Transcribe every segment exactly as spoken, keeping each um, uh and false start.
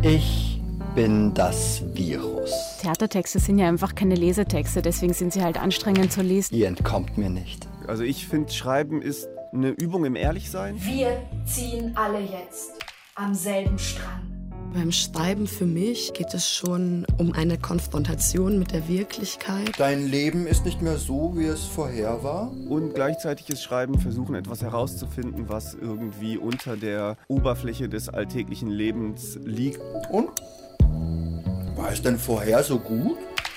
Ich bin das Virus. Theatertexte sind ja einfach keine Lesetexte, deswegen sind sie halt anstrengend zu lesen. Ihr entkommt mir nicht. Also ich finde, Schreiben ist eine Übung im Ehrlichsein. Wir ziehen alle jetzt am selben Strang. Beim Schreiben für mich geht es schon um eine Konfrontation mit der Wirklichkeit. Dein Leben ist nicht mehr so, wie es vorher war. Und gleichzeitig ist Schreiben versuchen, etwas herauszufinden, was irgendwie unter der Oberfläche des alltäglichen Lebens liegt. Und? War es denn vorher so gut?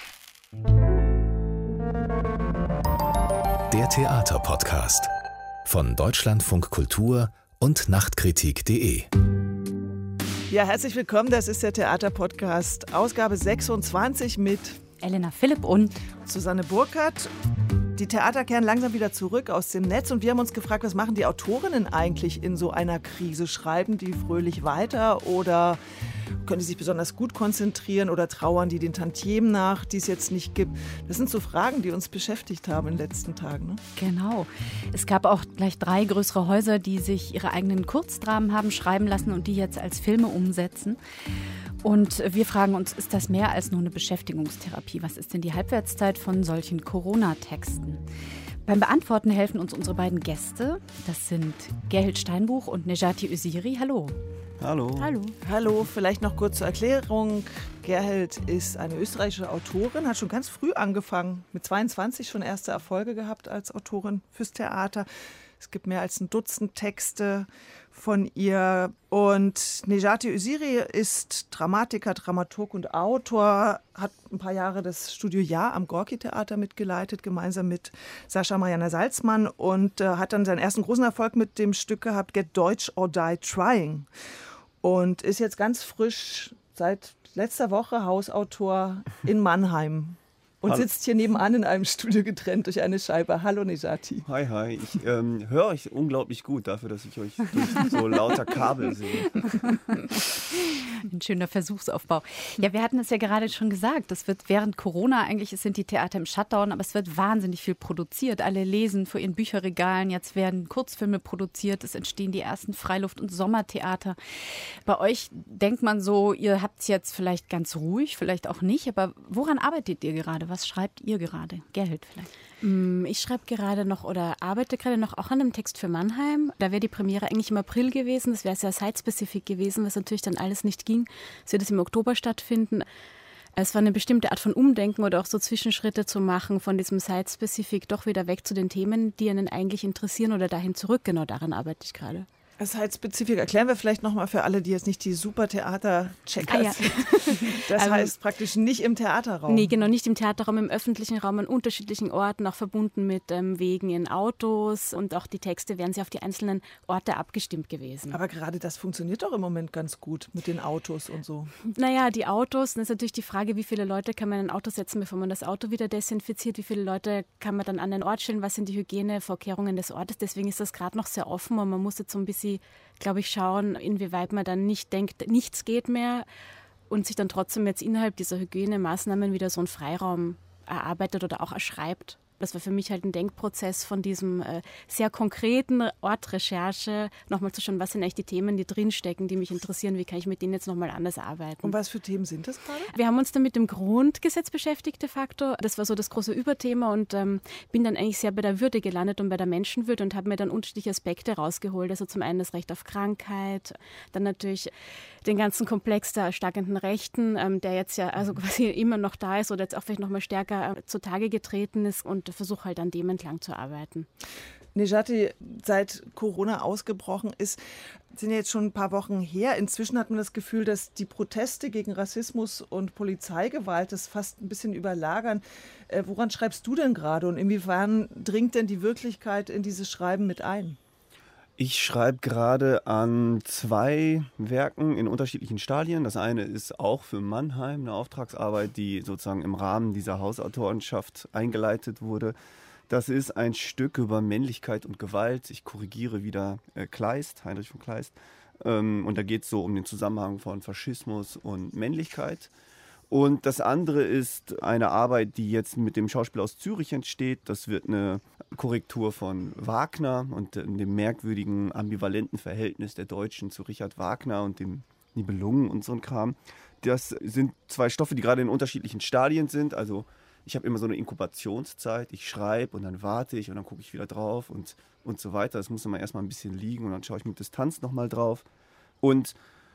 Der Theaterpodcast von Deutschlandfunk Kultur und Nachtkritik punkt de. Ja, herzlich willkommen. Das ist der Theaterpodcast, Ausgabe sechsundzwanzig mit Elena Philipp und Susanne Burkhardt. Die Theater kehren langsam wieder zurück aus dem Netz und wir haben uns gefragt, was machen die Autorinnen eigentlich in so einer Krise? Schreiben die fröhlich weiter oder können die sich besonders gut konzentrieren oder trauern die den Tantiemen nach, die es jetzt nicht gibt? Das sind so Fragen, die uns beschäftigt haben in den letzten Tagen. Ne? Genau. Es gab auch gleich drei größere Häuser, die sich ihre eigenen Kurzdramen haben schreiben lassen und die jetzt als Filme umsetzen. Und wir fragen uns, ist das mehr als nur eine Beschäftigungstherapie? Was ist denn die Halbwertszeit von solchen Corona-Texten? Beim Beantworten helfen uns unsere beiden Gäste. Das sind Gerhild Steinbuch und Nejati Öziri. Hallo. Hallo. Hallo. Hallo, vielleicht noch kurz zur Erklärung. Gerhild ist eine österreichische Autorin, hat schon ganz früh angefangen, mit zweiundzwanzig schon erste Erfolge gehabt als Autorin fürs Theater. Es gibt mehr als ein Dutzend Texte von ihr. Und Nejati Öziri ist Dramatiker, Dramaturg und Autor, hat ein paar Jahre das Studio Ja am Gorki-Theater mitgeleitet, gemeinsam mit Sascha Mariana Salzmann und äh, hat dann seinen ersten großen Erfolg mit dem Stück gehabt, Get Deutsch or Die Trying. Und ist jetzt ganz frisch seit letzter Woche Hausautor in Mannheim. Und Hallo. Sitzt hier nebenan in einem Studio getrennt durch eine Scheibe. Hallo Nejati. Hi, hi. Ich ähm, höre euch unglaublich gut dafür, dass ich euch durch so lauter Kabel sehe. Ein schöner Versuchsaufbau. Ja, wir hatten es ja gerade schon gesagt, das wird während Corona, eigentlich sind die Theater im Shutdown, aber es wird wahnsinnig viel produziert. Alle lesen vor ihren Bücherregalen, jetzt werden Kurzfilme produziert, es entstehen die ersten Freiluft- und Sommertheater. Bei euch denkt man so, ihr habt es jetzt vielleicht ganz ruhig, vielleicht auch nicht, aber woran arbeitet ihr gerade? Was schreibt ihr gerade? Gerhild vielleicht. Ich schreibe gerade noch oder arbeite gerade noch auch an einem Text für Mannheim. Da wäre die Premiere eigentlich im April gewesen. Das wäre sehr site-specific gewesen, was natürlich dann alles nicht ging. Es wird es im Oktober stattfinden. Es war eine bestimmte Art von Umdenken oder auch so Zwischenschritte zu machen, von diesem Site-specific doch wieder weg zu den Themen, die einen eigentlich interessieren oder dahin zurück. Genau daran arbeite ich gerade. Das heißt spezifisch, erklären wir vielleicht nochmal für alle, die jetzt nicht die super Theater-Checker Ah, ja. sind. Das Also, heißt praktisch nicht im Theaterraum. Nee, genau, nicht im Theaterraum, im öffentlichen Raum, an unterschiedlichen Orten, auch verbunden mit ähm, Wegen in Autos und auch die Texte wären sie auf die einzelnen Orte abgestimmt gewesen. Aber gerade das funktioniert doch im Moment ganz gut mit den Autos und so. Naja, die Autos, das ist natürlich die Frage, wie viele Leute kann man in ein Auto setzen, bevor man das Auto wieder desinfiziert, wie viele Leute kann man dann an den Ort stellen, was sind die Hygienevorkehrungen des Ortes, deswegen ist das gerade noch sehr offen und man muss jetzt so ein bisschen, glaube ich, schauen, inwieweit man dann nicht denkt, nichts geht mehr und sich dann trotzdem jetzt innerhalb dieser Hygienemaßnahmen wieder so einen Freiraum erarbeitet oder auch erschreibt. Das war für mich halt ein Denkprozess von diesem äh, sehr konkreten Ortrecherche, nochmal zu schauen, was sind eigentlich die Themen, die drinstecken, die mich interessieren, wie kann ich mit denen jetzt nochmal anders arbeiten. Und was für Themen sind das gerade? Wir haben uns dann mit dem Grundgesetz beschäftigt de facto. Das war so das große Überthema und ähm, bin dann eigentlich sehr bei der Würde gelandet und bei der Menschenwürde und habe mir dann unterschiedliche Aspekte rausgeholt. Also zum einen das Recht auf Krankheit, dann natürlich den ganzen Komplex der erstarkenden Rechten, ähm, der jetzt ja also quasi immer noch da ist oder jetzt auch vielleicht nochmal stärker äh, zutage getreten ist und versuche halt an dem entlang zu arbeiten. Nejati, seit Corona ausgebrochen ist, sind ja jetzt schon ein paar Wochen her. Inzwischen hat man das Gefühl, dass die Proteste gegen Rassismus und Polizeigewalt das fast ein bisschen überlagern. Äh, woran schreibst du denn gerade und inwiefern dringt denn die Wirklichkeit in dieses Schreiben mit ein? Ich schreibe gerade an zwei Werken in unterschiedlichen Stadien. Das eine ist auch für Mannheim eine Auftragsarbeit, die sozusagen im Rahmen dieser Hausautorenschaft eingeleitet wurde. Das ist ein Stück über Männlichkeit und Gewalt. Ich korrigiere wieder äh, Kleist, Heinrich von Kleist. Ähm, und da geht es so um den Zusammenhang von Faschismus und Männlichkeit. Und das andere ist eine Arbeit, die jetzt mit dem Schauspiel aus Zürich entsteht. Das wird eine Korrektur von Wagner und dem merkwürdigen, ambivalenten Verhältnis der Deutschen zu Richard Wagner und dem Nibelungen und so ein Kram. Das sind zwei Stoffe, die gerade in unterschiedlichen Stadien sind. Also ich habe immer so eine Inkubationszeit. Ich schreibe und dann warte ich und dann gucke ich wieder drauf und, und so weiter. Das muss immer erstmal ein bisschen liegen und dann schaue ich mit Distanz nochmal drauf. Und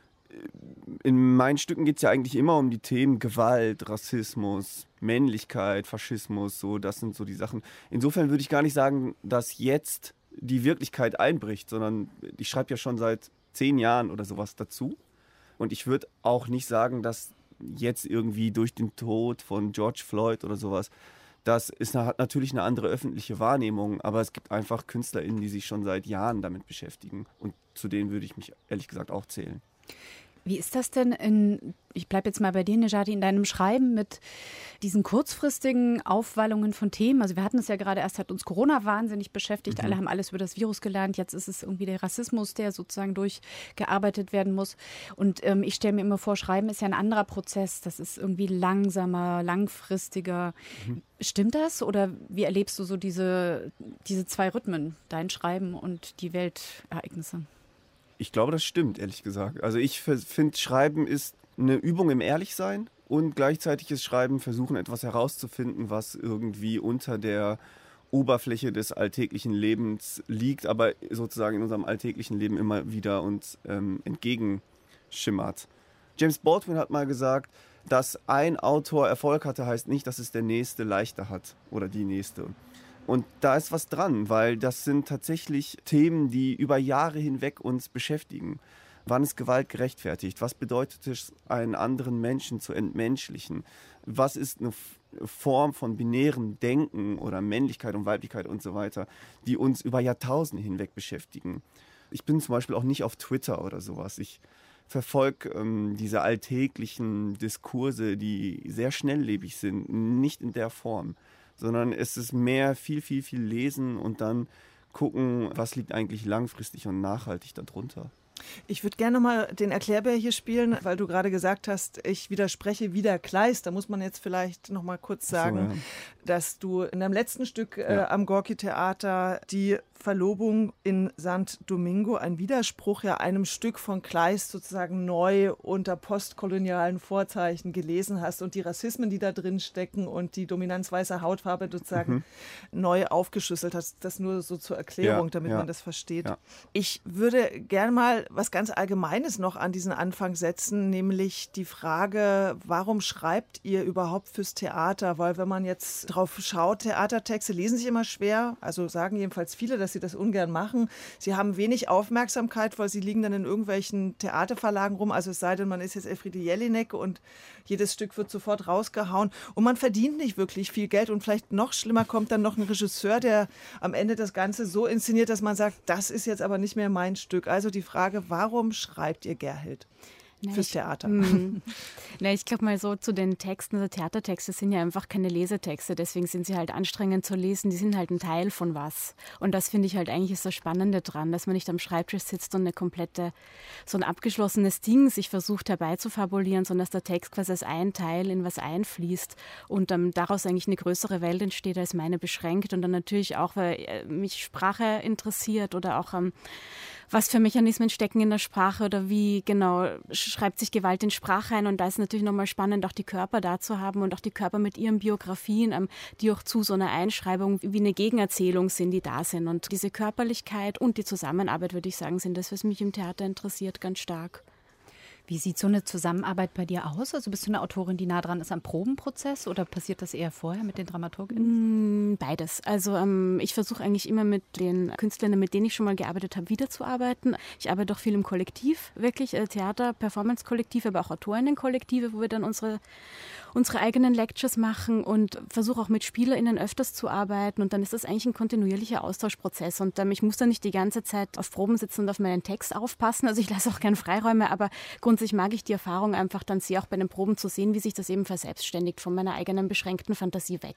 in meinen Stücken geht es ja eigentlich immer um die Themen Gewalt, Rassismus, Männlichkeit, Faschismus. So, das sind so die Sachen. Insofern würde ich gar nicht sagen, dass jetzt die Wirklichkeit einbricht, sondern ich schreibe ja schon seit zehn Jahren oder sowas dazu. Und ich würde auch nicht sagen, dass jetzt irgendwie durch den Tod von George Floyd oder sowas, das ist, hat natürlich eine andere öffentliche Wahrnehmung, aber es gibt einfach KünstlerInnen, die sich schon seit Jahren damit beschäftigen. Und zu denen würde ich mich ehrlich gesagt auch zählen. Wie ist das denn in, ich bleibe jetzt mal bei dir, Nejati, in deinem Schreiben mit diesen kurzfristigen Aufwallungen von Themen? Also wir hatten es ja gerade, erst hat uns Corona wahnsinnig beschäftigt, mhm. alle haben alles über das Virus gelernt, jetzt ist es irgendwie der Rassismus, der sozusagen durchgearbeitet werden muss. Und ähm, ich stelle mir immer vor, Schreiben ist ja ein anderer Prozess, das ist irgendwie langsamer, langfristiger. Mhm. Stimmt das oder wie erlebst du so diese, diese zwei Rhythmen, dein Schreiben und die Weltereignisse? Ich glaube, das stimmt, ehrlich gesagt. Also ich finde, Schreiben ist eine Übung im Ehrlichsein und gleichzeitig ist Schreiben versuchen, etwas herauszufinden, was irgendwie unter der Oberfläche des alltäglichen Lebens liegt, aber sozusagen in unserem alltäglichen Leben immer wieder uns ähm, entgegenschimmert. James Baldwin hat mal gesagt, dass ein Autor Erfolg hatte, heißt nicht, dass es der Nächste leichter hat oder die Nächste. Und da ist was dran, weil das sind tatsächlich Themen, die über Jahre hinweg uns beschäftigen. Wann ist Gewalt gerechtfertigt? Was bedeutet es, einen anderen Menschen zu entmenschlichen? Was ist eine Form von binärem Denken oder Männlichkeit und Weiblichkeit und so weiter, die uns über Jahrtausende hinweg beschäftigen? Ich bin zum Beispiel auch nicht auf Twitter oder sowas. Ich verfolge ähm, diese alltäglichen Diskurse, die sehr schnelllebig sind, nicht in der Form, sondern es ist mehr viel, viel, viel lesen und dann gucken, was liegt eigentlich langfristig und nachhaltig darunter. Ich würde gerne mal den Erklärbär hier spielen, weil du gerade gesagt hast, ich widerspreche wieder Kleist. Da muss man jetzt vielleicht noch mal kurz sagen, so, ja. dass du in deinem letzten Stück äh, ja. am Gorki-Theater die Verlobung in Sankt Domingo, ein Widerspruch ja einem Stück von Kleist sozusagen neu unter postkolonialen Vorzeichen gelesen hast und die Rassismen, die da drin stecken und die Dominanz weißer Hautfarbe sozusagen mhm. neu aufgeschlüsselt hast. Das nur so zur Erklärung, ja, damit ja. man das versteht. Ja. Ich würde gerne mal was ganz Allgemeines noch an diesen Anfang setzen, nämlich die Frage, warum schreibt ihr überhaupt fürs Theater? Weil wenn man jetzt drauf schaut, Theatertexte lesen sich immer schwer, also sagen jedenfalls viele, dass sie das ungern machen. Sie haben wenig Aufmerksamkeit, weil sie liegen dann in irgendwelchen Theaterverlagen rum, also es sei denn, man ist jetzt Elfriede Jelinek und jedes Stück wird sofort rausgehauen und man verdient nicht wirklich viel Geld und vielleicht noch schlimmer kommt dann noch ein Regisseur, der am Ende das Ganze so inszeniert, dass man sagt, das ist jetzt aber nicht mehr mein Stück. Also die Frage, warum schreibt ihr, Gerhild, nee, fürs ich, Theater? Mm, nee, ich glaube mal so zu den Texten, also Theatertexte sind ja einfach keine Lesetexte, deswegen sind sie halt anstrengend zu lesen, die sind halt ein Teil von was. Und das finde ich halt eigentlich ist das Spannende dran, dass man nicht am Schreibtisch sitzt und eine komplette, so ein abgeschlossenes Ding sich versucht herbeizufabulieren, sondern dass der Text quasi als ein Teil in was einfließt und ähm, daraus eigentlich eine größere Welt entsteht als meine beschränkt. Und dann natürlich auch, weil äh, mich Sprache interessiert oder auch ähm, was für Mechanismen stecken in der Sprache oder wie genau schreibt sich Gewalt in Sprache ein. Und da ist natürlich nochmal spannend, auch die Körper da zu haben und auch die Körper mit ihren Biografien, die auch zu so einer Einschreibung wie eine Gegenerzählung sind, die da sind. Und diese Körperlichkeit und die Zusammenarbeit, würde ich sagen, sind das, was mich im Theater interessiert, ganz stark. Wie sieht so eine Zusammenarbeit bei dir aus? Also bist du eine Autorin, die nah dran ist am Probenprozess oder passiert das eher vorher mit den Dramaturginnen? Beides. Also ähm, ich versuche eigentlich immer mit den Künstlern, mit denen ich schon mal gearbeitet habe, wiederzuarbeiten. Ich arbeite auch viel im Kollektiv, wirklich äh, Theater, Performance-Kollektiv, aber auch Autorinnen-Kollektive, wo wir dann unsere, unsere eigenen Lectures machen und versuche auch mit SpielerInnen öfters zu arbeiten. Und dann ist das eigentlich ein kontinuierlicher Austauschprozess. Und ähm, ich muss dann nicht die ganze Zeit auf Proben sitzen und auf meinen Text aufpassen. Also ich lasse auch gerne Freiräume, aber grundsätzlich mag ich die Erfahrung einfach dann sehr, auch bei den Proben zu sehen, wie sich das eben verselbstständigt von meiner eigenen beschränkten Fantasie weg.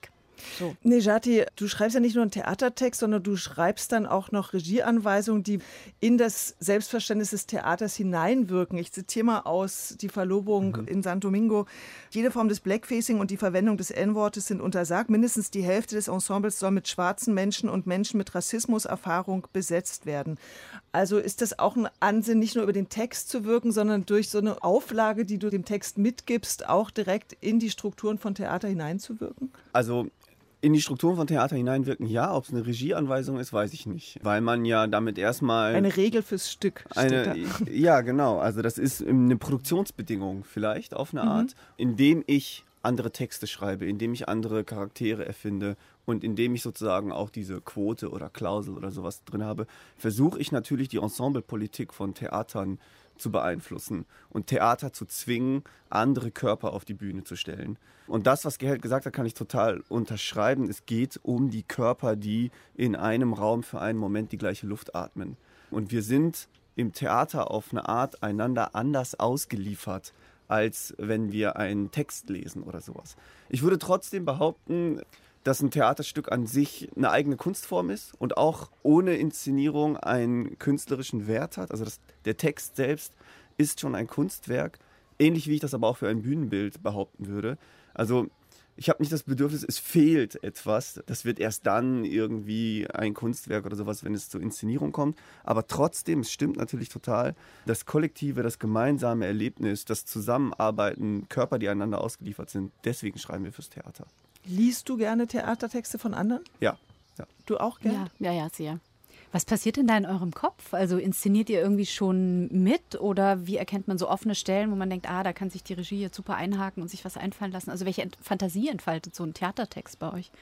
So. Nejati, du schreibst ja nicht nur einen Theatertext, sondern du schreibst dann auch noch Regieanweisungen, die in das Selbstverständnis des Theaters hineinwirken. Ich zitiere mal aus Die Verlobung mhm. in San Domingo. Jede Form des Blackfacing und die Verwendung des En-Wortes sind untersagt. Mindestens die Hälfte des Ensembles soll mit schwarzen Menschen und Menschen mit Rassismuserfahrung besetzt werden. Also ist das auch ein Ansinnen, nicht nur über den Text zu wirken, sondern durch so eine Auflage, die du dem Text mitgibst, auch direkt in die Strukturen von Theater hineinzuwirken? Also in die Strukturen von Theater hineinwirken, ja. Ob es eine Regieanweisung ist, weiß ich nicht. Weil man ja damit erstmal... Eine Regel fürs Stück. Eine, ja, genau. Also das ist eine Produktionsbedingung vielleicht auf eine Art, mhm. indem ich andere Texte schreibe, indem ich andere Charaktere erfinde und indem ich sozusagen auch diese Quote oder Klausel oder sowas drin habe, versuche ich natürlich die Ensemblepolitik von Theatern zu beeinflussen und Theater zu zwingen, andere Körper auf die Bühne zu stellen. Und das, was Gerhelt gesagt hat, kann ich total unterschreiben. Es geht um die Körper, die in einem Raum für einen Moment die gleiche Luft atmen. Und wir sind im Theater auf eine Art einander anders ausgeliefert, als wenn wir einen Text lesen oder sowas. Ich würde trotzdem behaupten, dass ein Theaterstück an sich eine eigene Kunstform ist und auch ohne Inszenierung einen künstlerischen Wert hat. Also das, der Text selbst ist schon ein Kunstwerk, ähnlich wie ich das aber auch für ein Bühnenbild behaupten würde. Also ich habe nicht das Bedürfnis, es fehlt etwas. Das wird erst dann irgendwie ein Kunstwerk oder sowas, wenn es zur Inszenierung kommt. Aber trotzdem, es stimmt natürlich total, das kollektive, das gemeinsame Erlebnis, das Zusammenarbeiten, Körper, die einander ausgeliefert sind, deswegen schreiben wir fürs Theater. Liest du gerne Theatertexte von anderen? Ja. ja. Du auch gerne? Ja, ja, ja, sehr. Was passiert denn da in eurem Kopf? Also inszeniert ihr irgendwie schon mit oder wie erkennt man so offene Stellen, wo man denkt, ah, da kann sich die Regie jetzt super einhaken und sich was einfallen lassen? Also welche Fantasie entfaltet so ein Theatertext bei euch?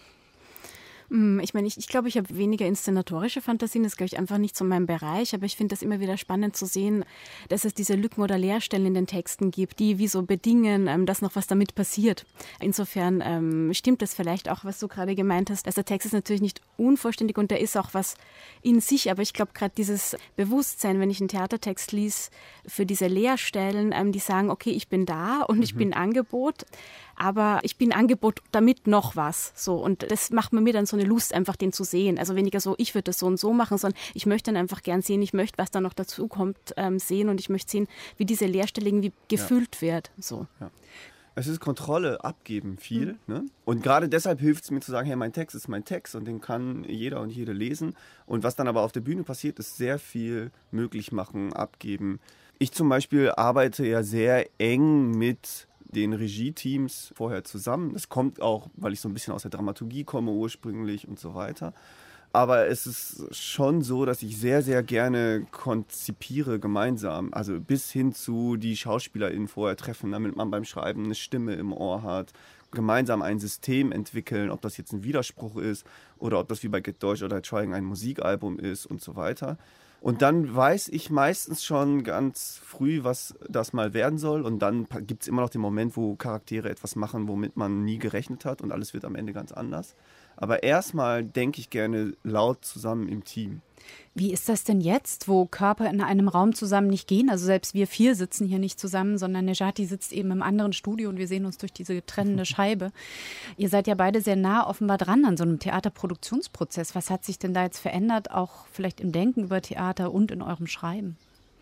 Ich meine, ich, ich glaube, ich habe weniger inszenatorische Fantasien, das ist, glaube ich, einfach nicht so mein Bereich, aber ich finde das immer wieder spannend zu sehen, dass es diese Lücken oder Leerstellen in den Texten gibt, die wie so bedingen, ähm, dass noch was damit passiert. Insofern ähm, stimmt das vielleicht auch, was du gerade gemeint hast, dass der Text ist natürlich nicht unvollständig und der ist auch was in sich, aber ich glaube gerade dieses Bewusstsein, wenn ich einen Theatertext lese, für diese Leerstellen, ähm, die sagen, okay, ich bin da und ich mhm. bin Angebot, aber ich bin Angebot damit noch was. So. Und das macht mir dann so eine Lust, einfach den zu sehen. Also weniger so, ich würde das so und so machen, sondern ich möchte dann einfach gern sehen, ich möchte, was da noch dazu kommt, ähm, sehen und ich möchte sehen, wie diese Leerstelle irgendwie gefüllt ja. wird. So. Ja. Es ist Kontrolle abgeben viel. Mhm. Ne? Und gerade deshalb hilft es mir zu sagen, hey, mein Text ist mein Text und den kann jeder und jede lesen. Und was dann aber auf der Bühne passiert, ist sehr viel möglich machen, abgeben. Ich zum Beispiel arbeite ja sehr eng mit den Regie-Teams vorher zusammen. Das kommt auch, weil ich so ein bisschen aus der Dramaturgie komme ursprünglich und so weiter. Aber es ist schon so, dass ich sehr, sehr gerne konzipiere gemeinsam. Also bis hin zu die SchauspielerInnen vorher treffen, damit man beim Schreiben eine Stimme im Ohr hat. Gemeinsam ein System entwickeln, ob das jetzt ein Widerspruch ist oder ob das wie bei Get Deutsch oder Trying ein Musikalbum ist und so weiter. Und dann weiß ich meistens schon ganz früh, was das mal werden soll. Und dann gibt es immer noch den Moment, wo Charaktere etwas machen, womit man nie gerechnet hat. Und alles wird am Ende ganz anders. Aber erstmal denke ich gerne laut zusammen im Team. Wie ist das denn jetzt, wo Körper in einem Raum zusammen nicht gehen? Also selbst wir vier sitzen hier nicht zusammen, sondern Nejati sitzt eben im anderen Studio und wir sehen uns durch diese trennende Scheibe. Ihr seid ja beide sehr nah offenbar dran an so einem Theaterproduktionsprozess. Was hat sich denn da jetzt verändert, auch vielleicht im Denken über Theater und in eurem Schreiben?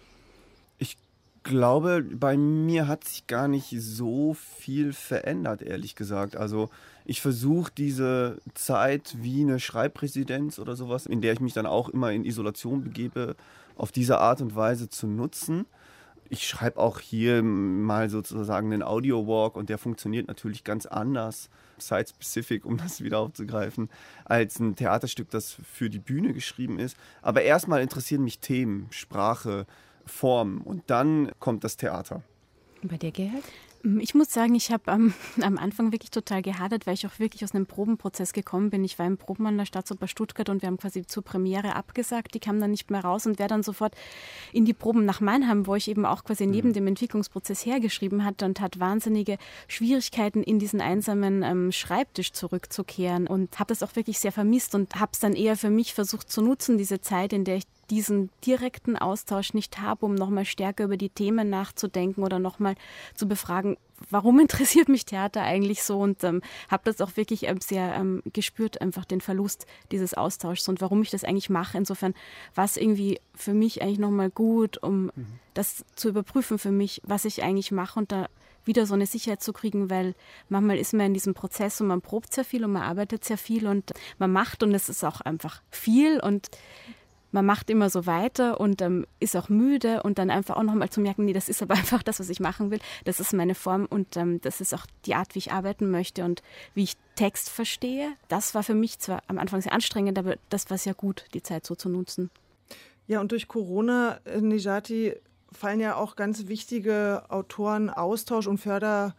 Ich glaube, bei mir hat sich gar nicht so viel verändert, ehrlich gesagt. Also ich versuche diese Zeit wie eine Schreibresidenz oder sowas, in der ich mich dann auch immer in Isolation begebe, auf diese Art und Weise zu nutzen. Ich schreibe auch hier mal sozusagen einen Audio-Walk und der funktioniert natürlich ganz anders, site-specific, um das wieder aufzugreifen, als ein Theaterstück, das für die Bühne geschrieben ist. Aber erstmal interessieren mich Themen, Sprache, Form und dann kommt das Theater. Und bei dir, Gerhelt? Ich muss sagen, ich habe ähm, am Anfang wirklich total gehadert, weil ich auch wirklich aus einem Probenprozess gekommen bin. Ich war im Proben an der Staatsoper Stuttgart und wir haben quasi zur Premiere abgesagt. Die kam dann nicht mehr raus und wäre dann sofort in die Proben nach Mannheim, wo ich eben auch quasi neben mhm. dem Entwicklungsprozess hergeschrieben hatte und hat wahnsinnige Schwierigkeiten, in diesen einsamen ähm, Schreibtisch zurückzukehren und habe das auch wirklich sehr vermisst und habe es dann eher für mich versucht zu nutzen, diese Zeit, in der ich diesen direkten Austausch nicht habe, um nochmal stärker über die Themen nachzudenken oder nochmal zu befragen, warum interessiert mich Theater eigentlich so, und ähm, habe das auch wirklich ähm, sehr ähm, gespürt, einfach den Verlust dieses Austauschs und warum ich das eigentlich mache. Insofern war es irgendwie für mich eigentlich nochmal gut, um mhm. das zu überprüfen für mich, was ich eigentlich mache und da wieder so eine Sicherheit zu kriegen, weil manchmal ist man in diesem Prozess und man probt sehr viel und man arbeitet sehr viel und man macht und es ist auch einfach viel und man macht immer so weiter und ähm, ist auch müde und dann einfach auch nochmal zu merken, nee, das ist aber einfach das, was ich machen will. Das ist meine Form und ähm, das ist auch die Art, wie ich arbeiten möchte und wie ich Text verstehe. Das war für mich zwar am Anfang sehr anstrengend, aber das war sehr gut, die Zeit so zu nutzen. Ja, und durch Corona, Nejati, fallen ja auch ganz wichtige Autoren Austausch und Förder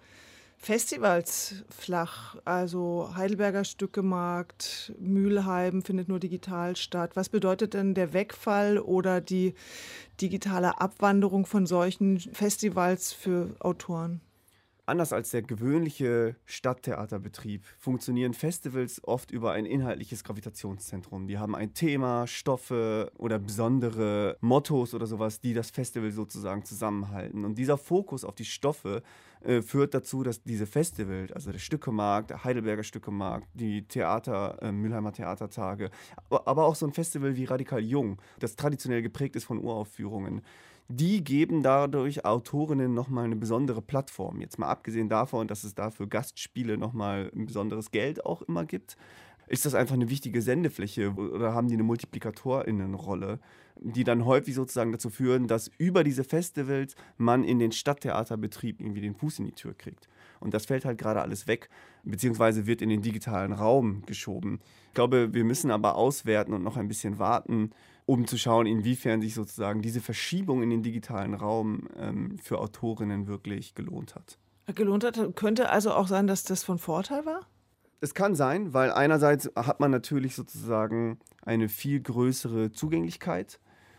Festivals flach, also Heidelberger Stückemarkt, Mülheim findet nur digital statt. Was bedeutet denn der Wegfall oder die digitale Abwanderung von solchen Festivals für Autoren? Anders als der gewöhnliche Stadttheaterbetrieb funktionieren Festivals oft über ein inhaltliches Gravitationszentrum. Die haben ein Thema, Stoffe oder besondere Mottos oder sowas, die das Festival sozusagen zusammenhalten. Und dieser Fokus auf die Stoffe äh, führt dazu, dass diese Festivals, also der Stückemarkt, der Heidelberger Stückemarkt, die Theater, äh, Mülheimer Theatertage, aber auch so ein Festival wie Radikal Jung, das traditionell geprägt ist von Uraufführungen, die geben dadurch Autorinnen nochmal eine besondere Plattform. Jetzt mal abgesehen davon, dass es dafür Gastspiele nochmal ein besonderes Geld auch immer gibt, ist das einfach eine wichtige Sendefläche oder haben die eine MultiplikatorInnenrolle, die dann häufig sozusagen dazu führen, dass über diese Festivals man in den Stadttheaterbetrieb irgendwie den Fuß in die Tür kriegt. Und das fällt halt gerade alles weg, beziehungsweise wird in den digitalen Raum geschoben. Ich glaube, wir müssen aber auswerten und noch ein bisschen warten, um zu schauen, inwiefern sich sozusagen diese Verschiebung in den digitalen Raum ähm, für Autorinnen wirklich gelohnt hat. Gelohnt hat, könnte also auch sein, dass das von Vorteil war? Es kann sein, weil einerseits hat man natürlich sozusagen eine viel größere Zugänglichkeit.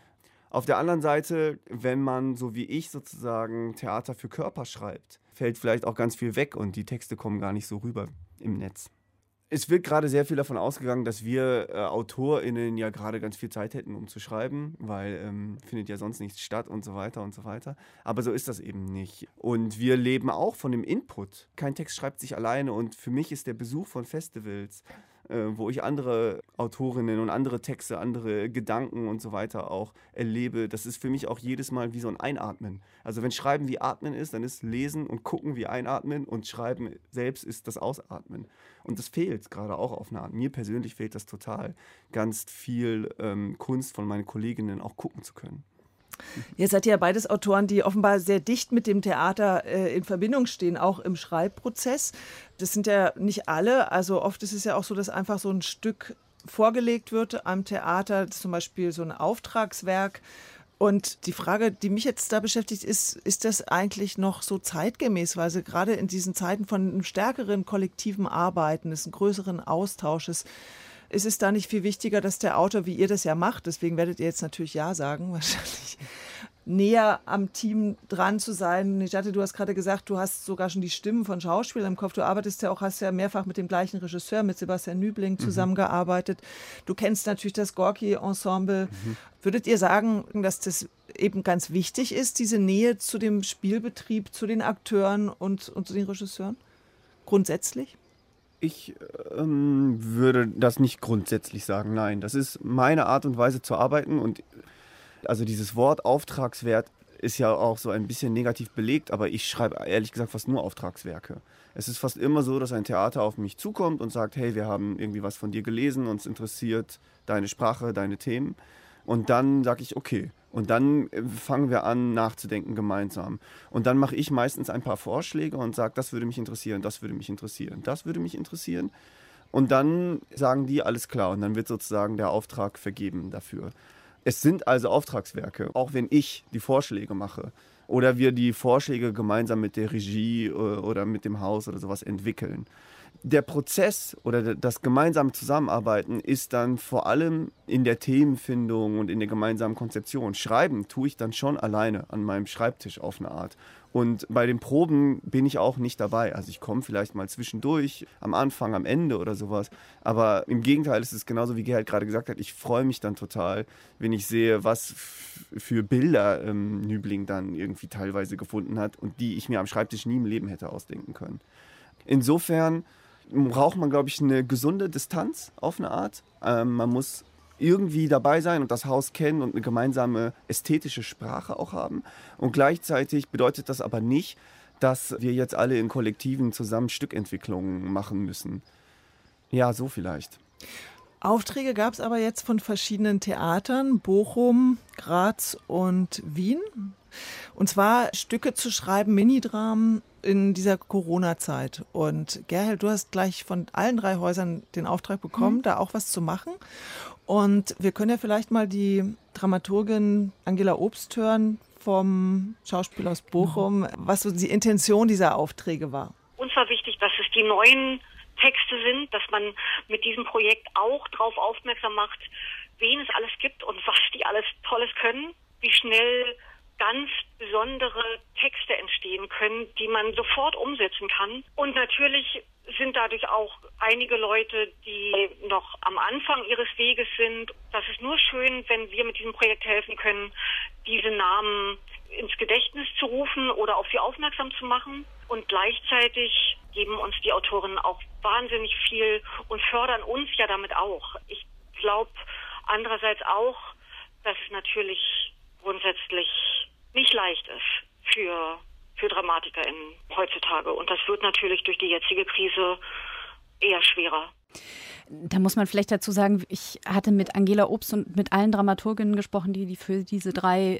Auf der anderen Seite, wenn man, so wie ich sozusagen, Theater für Körper schreibt, fällt vielleicht auch ganz viel weg und die Texte kommen gar nicht so rüber im Netz. Es wird gerade sehr viel davon ausgegangen, dass wir äh, AutorInnen ja gerade ganz viel Zeit hätten, um zu schreiben, weil ähm, findet ja sonst nichts statt und so weiter und so weiter. Aber so ist das eben nicht. Und wir leben auch von dem Input. Kein Text schreibt sich alleine und für mich ist der Besuch von Festivals, äh, wo ich andere Autorinnen und andere Texte, andere Gedanken und so weiter auch erlebe, das ist für mich auch jedes Mal wie so ein Einatmen. Also wenn Schreiben wie Atmen ist, dann ist Lesen und Gucken wie Einatmen und Schreiben selbst ist das Ausatmen. Und das fehlt gerade auch auf eine Art. Mir persönlich fehlt das total, ganz viel ähm, Kunst von meinen Kolleginnen auch gucken zu können. Ihr seid ja beides Autoren, die offenbar sehr dicht mit dem Theater äh, in Verbindung stehen, auch im Schreibprozess. Das sind ja nicht alle. Also oft ist es ja auch so, dass einfach so ein Stück vorgelegt wird am Theater, zum Beispiel so ein Auftragswerk. Und die Frage, die mich jetzt da beschäftigt, ist, ist das eigentlich noch so zeitgemäß? Weil gerade in diesen Zeiten von einem stärkeren kollektiven Arbeiten, des größeren Austausches, ist es da nicht viel wichtiger, dass der Autor, wie ihr das ja macht, deswegen werdet ihr jetzt natürlich Ja sagen, wahrscheinlich näher am Team dran zu sein. Nejati, du hast gerade gesagt, du hast sogar schon die Stimmen von Schauspielern im Kopf. Du arbeitest ja auch, hast ja mehrfach mit dem gleichen Regisseur, mit Sebastian Nübling zusammengearbeitet. Du kennst natürlich das Gorki-Ensemble. Mhm. Würdet ihr sagen, dass das eben ganz wichtig ist, diese Nähe zu dem Spielbetrieb, zu den Akteuren und, und zu den Regisseuren? Grundsätzlich? Ich ähm, würde das nicht grundsätzlich sagen, nein. Das ist meine Art und Weise zu arbeiten und also dieses Wort Auftragswert ist ja auch so ein bisschen negativ belegt, aber ich schreibe ehrlich gesagt fast nur Auftragswerke. Es ist fast immer so, dass ein Theater auf mich zukommt und sagt, hey, wir haben irgendwie was von dir gelesen, uns interessiert deine Sprache, deine Themen. Und dann sage ich, okay. Und dann fangen wir an, nachzudenken gemeinsam. Und dann mache ich meistens ein paar Vorschläge und sage, das würde mich interessieren, das würde mich interessieren, das würde mich interessieren. Und dann sagen die, alles klar. Und dann wird sozusagen der Auftrag vergeben dafür. Es sind also Auftragswerke, auch wenn ich die Vorschläge mache oder wir die Vorschläge gemeinsam mit der Regie oder mit dem Haus oder sowas entwickeln. Der Prozess oder das gemeinsame Zusammenarbeiten ist dann vor allem in der Themenfindung und in der gemeinsamen Konzeption. Schreiben tue ich dann schon alleine an meinem Schreibtisch auf eine Art. Und bei den Proben bin ich auch nicht dabei. Also ich komme vielleicht mal zwischendurch, am Anfang, am Ende oder sowas. Aber im Gegenteil ist es genauso, wie Gerhard gerade gesagt hat. Ich freue mich dann total, wenn ich sehe, was f- für Bilder ähm, Nübling dann irgendwie teilweise gefunden hat und die ich mir am Schreibtisch nie im Leben hätte ausdenken können. Insofern braucht man, glaube ich, eine gesunde Distanz auf eine Art. Ähm, man muss irgendwie dabei sein und das Haus kennen und eine gemeinsame ästhetische Sprache auch haben. Und gleichzeitig bedeutet das aber nicht, dass wir jetzt alle in Kollektiven zusammen Stückentwicklungen machen müssen. Ja, so vielleicht. Aufträge gab es aber jetzt von verschiedenen Theatern, Bochum, Graz und Wien. Und zwar Stücke zu schreiben, Minidramen in dieser Corona-Zeit. Und Gerhard, du hast gleich von allen drei Häusern den Auftrag bekommen, mhm. da auch was zu machen. Und wir können ja vielleicht mal die Dramaturgin Angela Obst hören vom Schauspiel aus Bochum, mhm. was so die Intention dieser Aufträge war. Uns war wichtig, dass es die neuen Texte sind, dass man mit diesem Projekt auch darauf aufmerksam macht, wen es alles gibt und was die alles Tolles können, wie schnell ganz besondere Texte entstehen können, die man sofort umsetzen kann. Und natürlich sind dadurch auch einige Leute, die noch am Anfang ihres Weges sind. Das ist nur schön, wenn wir mit diesem Projekt helfen können, diese Namen ins Gedächtnis zu rufen oder auf sie aufmerksam zu machen. Und gleichzeitig geben uns die Autorinnen auch wahnsinnig viel und fördern uns ja damit auch. Ich glaube andererseits auch, dass es natürlich grundsätzlich nicht leicht ist für, für DramatikerInnen heutzutage. Und das wird natürlich durch die jetzige Krise eher schwerer. Da muss man vielleicht dazu sagen, ich hatte mit Angela Obst und mit allen Dramaturginnen gesprochen, die, die für diese drei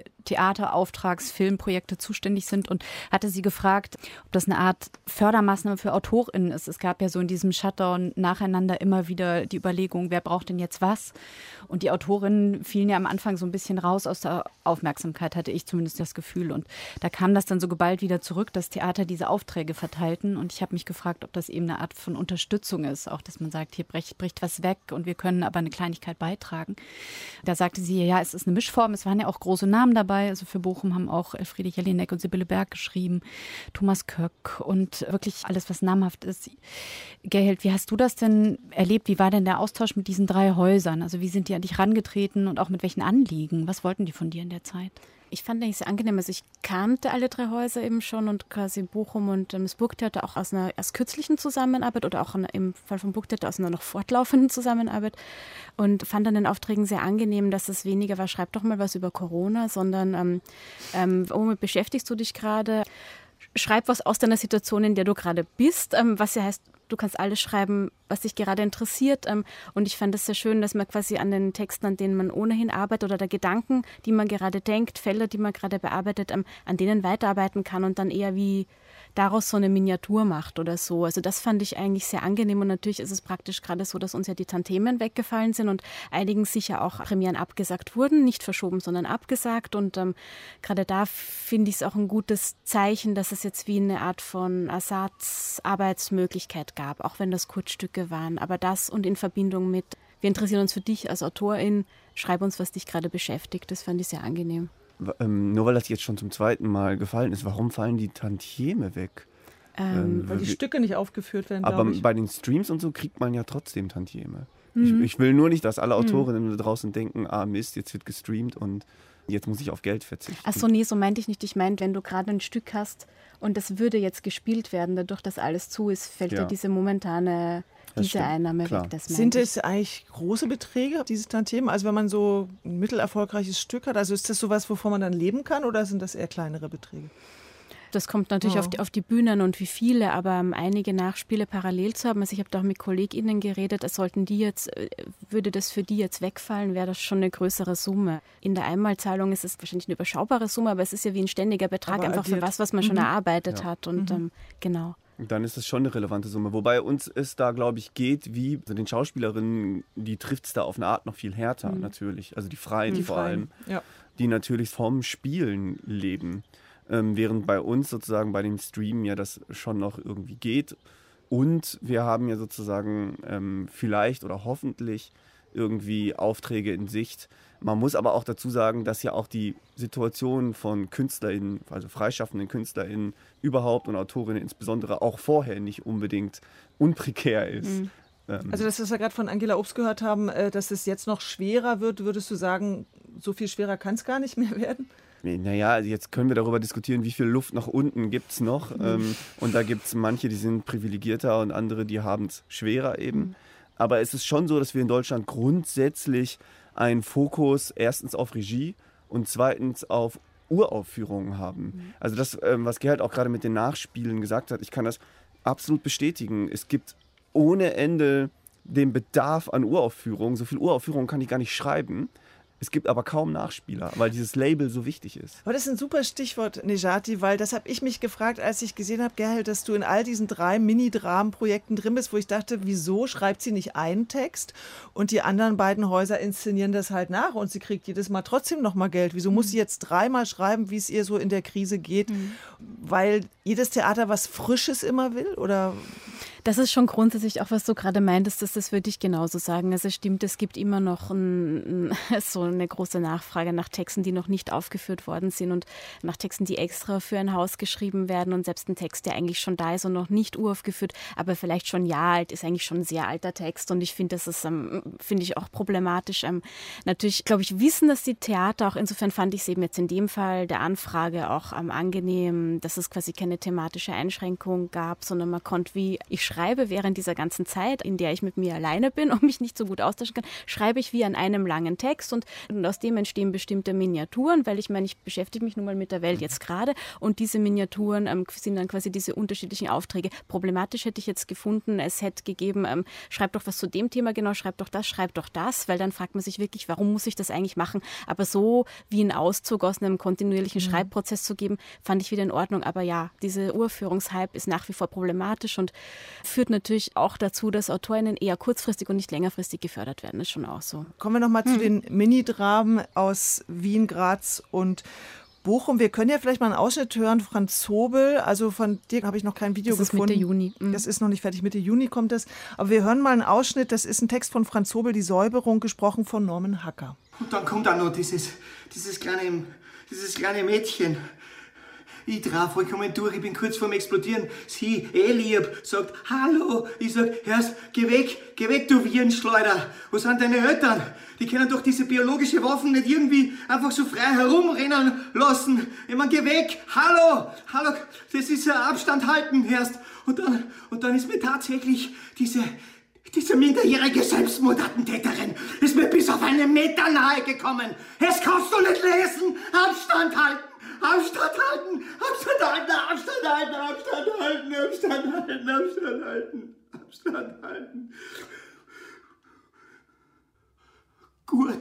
Theaterauftragsfilmprojekte zuständig sind und hatte sie gefragt, ob das eine Art Fördermaßnahme für AutorInnen ist. Es gab ja so in diesem Shutdown nacheinander immer wieder die Überlegung, wer braucht denn jetzt was? Und die Autorinnen fielen ja am Anfang so ein bisschen raus aus der Aufmerksamkeit, hatte ich zumindest das Gefühl. Und da kam das dann so geballt wieder zurück, dass Theater diese Aufträge verteilten. Und ich habe mich gefragt, ob das eben eine Art von Unterstützung ist, auch dass man sagt, hier bricht, bricht was weg und wir können aber eine Kleinigkeit beitragen. Da sagte sie, ja, es ist eine Mischform. Es waren ja auch große Namen dabei. Also für Bochum haben auch Elfriede Jelinek und Sibylle Berg geschrieben, Thomas Köck und wirklich alles, was namhaft ist. Gerhild, wie hast du das denn erlebt? Wie war denn der Austausch mit diesen drei Häusern? Also wie sind die an dich rangetreten und auch mit welchen Anliegen? Was wollten die von dir in der Zeit? Ich fand eigentlich sehr angenehm. Also ich kannte alle drei Häuser eben schon und quasi Bochum und ähm, das Burgtheater auch aus einer erst kürzlichen Zusammenarbeit oder auch im Fall vom Burgtheater aus einer noch fortlaufenden Zusammenarbeit und fand an den Aufträgen sehr angenehm, dass es weniger war, schreib doch mal was über Corona, sondern ähm, ähm, womit beschäftigst du dich gerade? Schreib was aus deiner Situation, in der du gerade bist, ähm, was ja heißt, du kannst alles schreiben, was dich gerade interessiert. Und ich fand es sehr schön, dass man quasi an den Texten, an denen man ohnehin arbeitet oder der Gedanken, die man gerade denkt, Felder, die man gerade bearbeitet, an denen weiterarbeiten kann und dann eher wie daraus so eine Miniatur macht oder so. Also das fand ich eigentlich sehr angenehm und natürlich ist es praktisch gerade so, dass uns ja die Tantemen weggefallen sind und einigen sicher auch Premieren abgesagt wurden, nicht verschoben, sondern abgesagt und ähm, gerade da finde ich es auch ein gutes Zeichen, dass es jetzt wie eine Art von Ersatzarbeitsmöglichkeit gab, auch wenn das Kurzstücke waren, aber das und in Verbindung mit, wir interessieren uns für dich als Autorin, schreib uns, was dich gerade beschäftigt, das fand ich sehr angenehm. Ähm, nur weil das jetzt schon zum zweiten Mal gefallen ist, warum fallen die Tantieme weg? Ähm, ähm, weil die Stücke nicht aufgeführt werden, aber ich. bei den Streams und so kriegt man ja trotzdem Tantieme. Mhm. Ich, ich will nur nicht, dass alle Autorinnen mhm. da draußen denken, ah Mist, jetzt wird gestreamt und jetzt muss ich auf Geld verzichten. Ach so, nee, so meinte ich nicht. Ich meinte, wenn du gerade ein Stück hast und das würde jetzt gespielt werden, dadurch, dass alles zu ist, fällt ja, ja diese momentane diese Einnahme weg. Das Sind es eigentlich große Beträge, diese Tantiemen? Also wenn man so ein mittelerfolgreiches Stück hat, also ist das sowas, wovon man dann leben kann oder sind das eher kleinere Beträge? Das kommt natürlich oh. auf, die, auf die Bühnen und wie viele, aber um, einige Nachspiele parallel zu haben. Also ich habe da auch mit KollegInnen geredet, als sollten die jetzt, würde das für die jetzt wegfallen, wäre das schon eine größere Summe. In der Einmalzahlung ist es wahrscheinlich eine überschaubare Summe, aber es ist ja wie ein ständiger Betrag, aber einfach addiert. Für was, was man mhm. schon erarbeitet ja. hat und mhm. ähm, genau. Dann ist das schon eine relevante Summe. Wobei uns es da, glaube ich, geht, wie also den Schauspielerinnen, die trifft es da auf eine Art noch viel härter mhm. natürlich. Also die Freien die vor Freien. allem, ja. die natürlich vom Spielen leben. Ähm, während bei uns sozusagen bei dem Stream ja das schon noch irgendwie geht. Und wir haben ja sozusagen ähm, vielleicht oder hoffentlich irgendwie Aufträge in Sicht. Man muss aber auch dazu sagen, dass ja auch die Situation von KünstlerInnen, also freischaffenden KünstlerInnen überhaupt und Autorinnen insbesondere auch vorher nicht unbedingt unprekär ist. Mhm. Also das, was wir gerade von Angela Obst gehört haben, dass es jetzt noch schwerer wird, würdest du sagen, so viel schwerer kann es gar nicht mehr werden? Naja, jetzt können wir darüber diskutieren, wie viel Luft nach unten gibt es noch. Mhm. Ähm, und da gibt es manche, die sind privilegierter und andere, die haben es schwerer eben. Mhm. Aber es ist schon so, dass wir in Deutschland grundsätzlich einen Fokus erstens auf Regie und zweitens auf Uraufführungen haben. Mhm. Also das, ähm, was Gerhard auch gerade mit den Nachspielen gesagt hat, ich kann das absolut bestätigen. Es gibt ohne Ende den Bedarf an Uraufführungen. So viel Uraufführungen kann ich gar nicht schreiben. Es gibt aber kaum Nachspieler, weil dieses Label so wichtig ist. Aber das ist ein super Stichwort, Nejati, weil das habe ich mich gefragt, als ich gesehen habe, Gerhard, dass du in all diesen drei Mini-Dramen-Projekten drin bist, wo ich dachte, wieso schreibt sie nicht einen Text und die anderen beiden Häuser inszenieren das halt nach und sie kriegt jedes Mal trotzdem nochmal Geld. Wieso muss sie jetzt dreimal schreiben, wie es ihr so in der Krise geht? Mhm. Weil jedes Theater was Frisches immer will, oder? Das ist schon grundsätzlich auch, was du gerade meintest, dass das würde ich genauso sagen. Also es stimmt, es gibt immer noch ein, so eine große Nachfrage nach Texten, die noch nicht aufgeführt worden sind und nach Texten, die extra für ein Haus geschrieben werden und selbst ein Text, der eigentlich schon da ist und noch nicht uraufgeführt, aber vielleicht schon ein Jahr alt, ist eigentlich schon ein sehr alter Text und ich finde, das ist, ähm, finde ich auch problematisch. Ähm, natürlich, glaube ich, wissen das die Theater auch, insofern fand ich es eben jetzt in dem Fall der Anfrage auch ähm, angenehm, dass es quasi keine thematische Einschränkung gab, sondern man konnte wie, ich schreibe während dieser ganzen Zeit, in der ich mit mir alleine bin und mich nicht so gut austauschen kann, schreibe ich wie an einem langen Text und, und aus dem entstehen bestimmte Miniaturen, weil ich meine, ich beschäftige mich nun mal mit der Welt jetzt gerade und diese Miniaturen ähm, sind dann quasi diese unterschiedlichen Aufträge. Problematisch hätte ich jetzt gefunden, es hätte gegeben, ähm, schreib doch was zu dem Thema, genau, schreib doch das, schreib doch das, weil dann fragt man sich wirklich, warum muss ich das eigentlich machen? Aber so wie ein Auszug aus einem kontinuierlichen mhm. Schreibprozess zu geben, fand ich wieder in Ordnung. Aber ja, diese Uraufführungshype ist nach wie vor problematisch und führt natürlich auch dazu, dass AutorInnen eher kurzfristig und nicht längerfristig gefördert werden. Das ist schon auch so. Kommen wir nochmal hm. zu den Mini-Dramen aus Wien, Graz und Bochum. Wir können ja vielleicht mal einen Ausschnitt hören. Franz Zobel, also von dir habe ich noch kein Video das gefunden. Das ist Mitte Juni. Mhm. Das ist noch nicht fertig. Mitte Juni kommt das. Aber wir hören mal einen Ausschnitt. Das ist ein Text von Franz Zobel, Die Säuberung, gesprochen von Norman Hacker. Und dann kommt auch noch dieses, dieses, kleine, dieses kleine Mädchen. Ich drauf, vollkommen durch, ich bin kurz vorm Explodieren. Sie, eh lieb, sagt Hallo. Ich sag, hörst, geh weg, geh weg, du Virenschleuder. Wo sind deine Eltern? Die können doch diese biologische Waffen nicht irgendwie einfach so frei herumrennen lassen. Ich mein, geh weg, hallo, hallo, das ist ein Abstand halten, hörst. Und dann, und dann ist mir tatsächlich diese, diese minderjährige Selbstmordattentäterin ist mir bis auf einen Meter nahe gekommen. Das kannst du nicht lesen, Abstand halten. Abstand halten, Abstand halten, Abstand halten, Abstand halten, Abstand halten, Abstand halten, Abstand halten. Gut,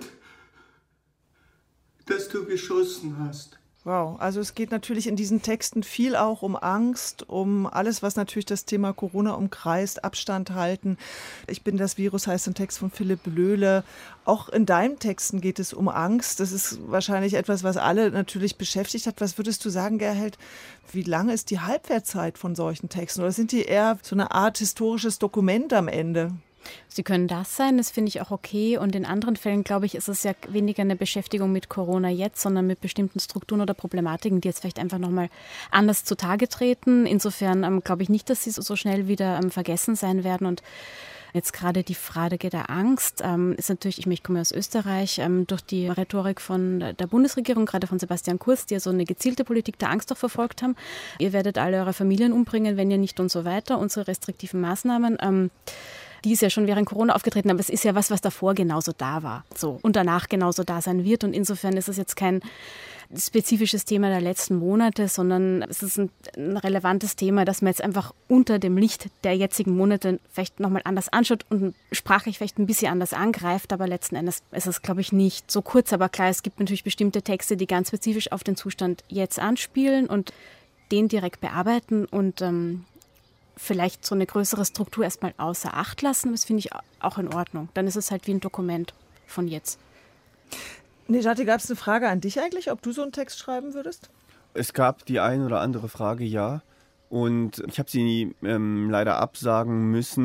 dass du geschossen hast. Wow, also es geht natürlich in diesen Texten viel auch um Angst, um alles, was natürlich das Thema Corona umkreist, Abstand halten. Ich bin das Virus heißt ein Text von Philipp Löhle. Auch in deinen Texten geht es um Angst. Das ist wahrscheinlich etwas, was alle natürlich beschäftigt hat. Was würdest du sagen, Gerhard, wie lange ist die Halbwertzeit von solchen Texten? Oder sind die eher so eine Art historisches Dokument am Ende? Sie können das sein, das finde ich auch okay. Und in anderen Fällen, glaube ich, ist es ja weniger eine Beschäftigung mit Corona jetzt, sondern mit bestimmten Strukturen oder Problematiken, die jetzt vielleicht einfach nochmal anders zutage treten. Insofern ähm, glaube ich nicht, dass sie so, so schnell wieder ähm, vergessen sein werden. Und jetzt gerade die Frage der Angst ähm, ist natürlich, ich, ich komme aus Österreich, ähm, durch die Rhetorik von der Bundesregierung, gerade von Sebastian Kurz, die ja so eine gezielte Politik der Angst auch verfolgt haben. Ihr werdet alle eure Familien umbringen, wenn ihr nicht und so weiter. Unsere restriktiven Maßnahmen, ähm, die ist ja schon während Corona aufgetreten, aber es ist ja was, was davor genauso da war. So. Und danach genauso da sein wird. Und insofern ist es jetzt kein spezifisches Thema der letzten Monate, sondern es ist ein, ein relevantes Thema, das man jetzt einfach unter dem Licht der jetzigen Monate vielleicht nochmal anders anschaut und sprachlich vielleicht ein bisschen anders angreift. Aber letzten Endes ist es, glaube ich, nicht so kurz. Aber klar, es gibt natürlich bestimmte Texte, die ganz spezifisch auf den Zustand jetzt anspielen und den direkt bearbeiten und ähm, vielleicht so eine größere Struktur erstmal außer Acht lassen. Das finde ich auch in Ordnung. Dann ist es halt wie ein Dokument von jetzt. Nejati, gab es eine Frage an dich eigentlich, ob du so einen Text schreiben würdest? Es gab die ein oder andere Frage, ja. Und ich habe sie ähm, leider absagen müssen,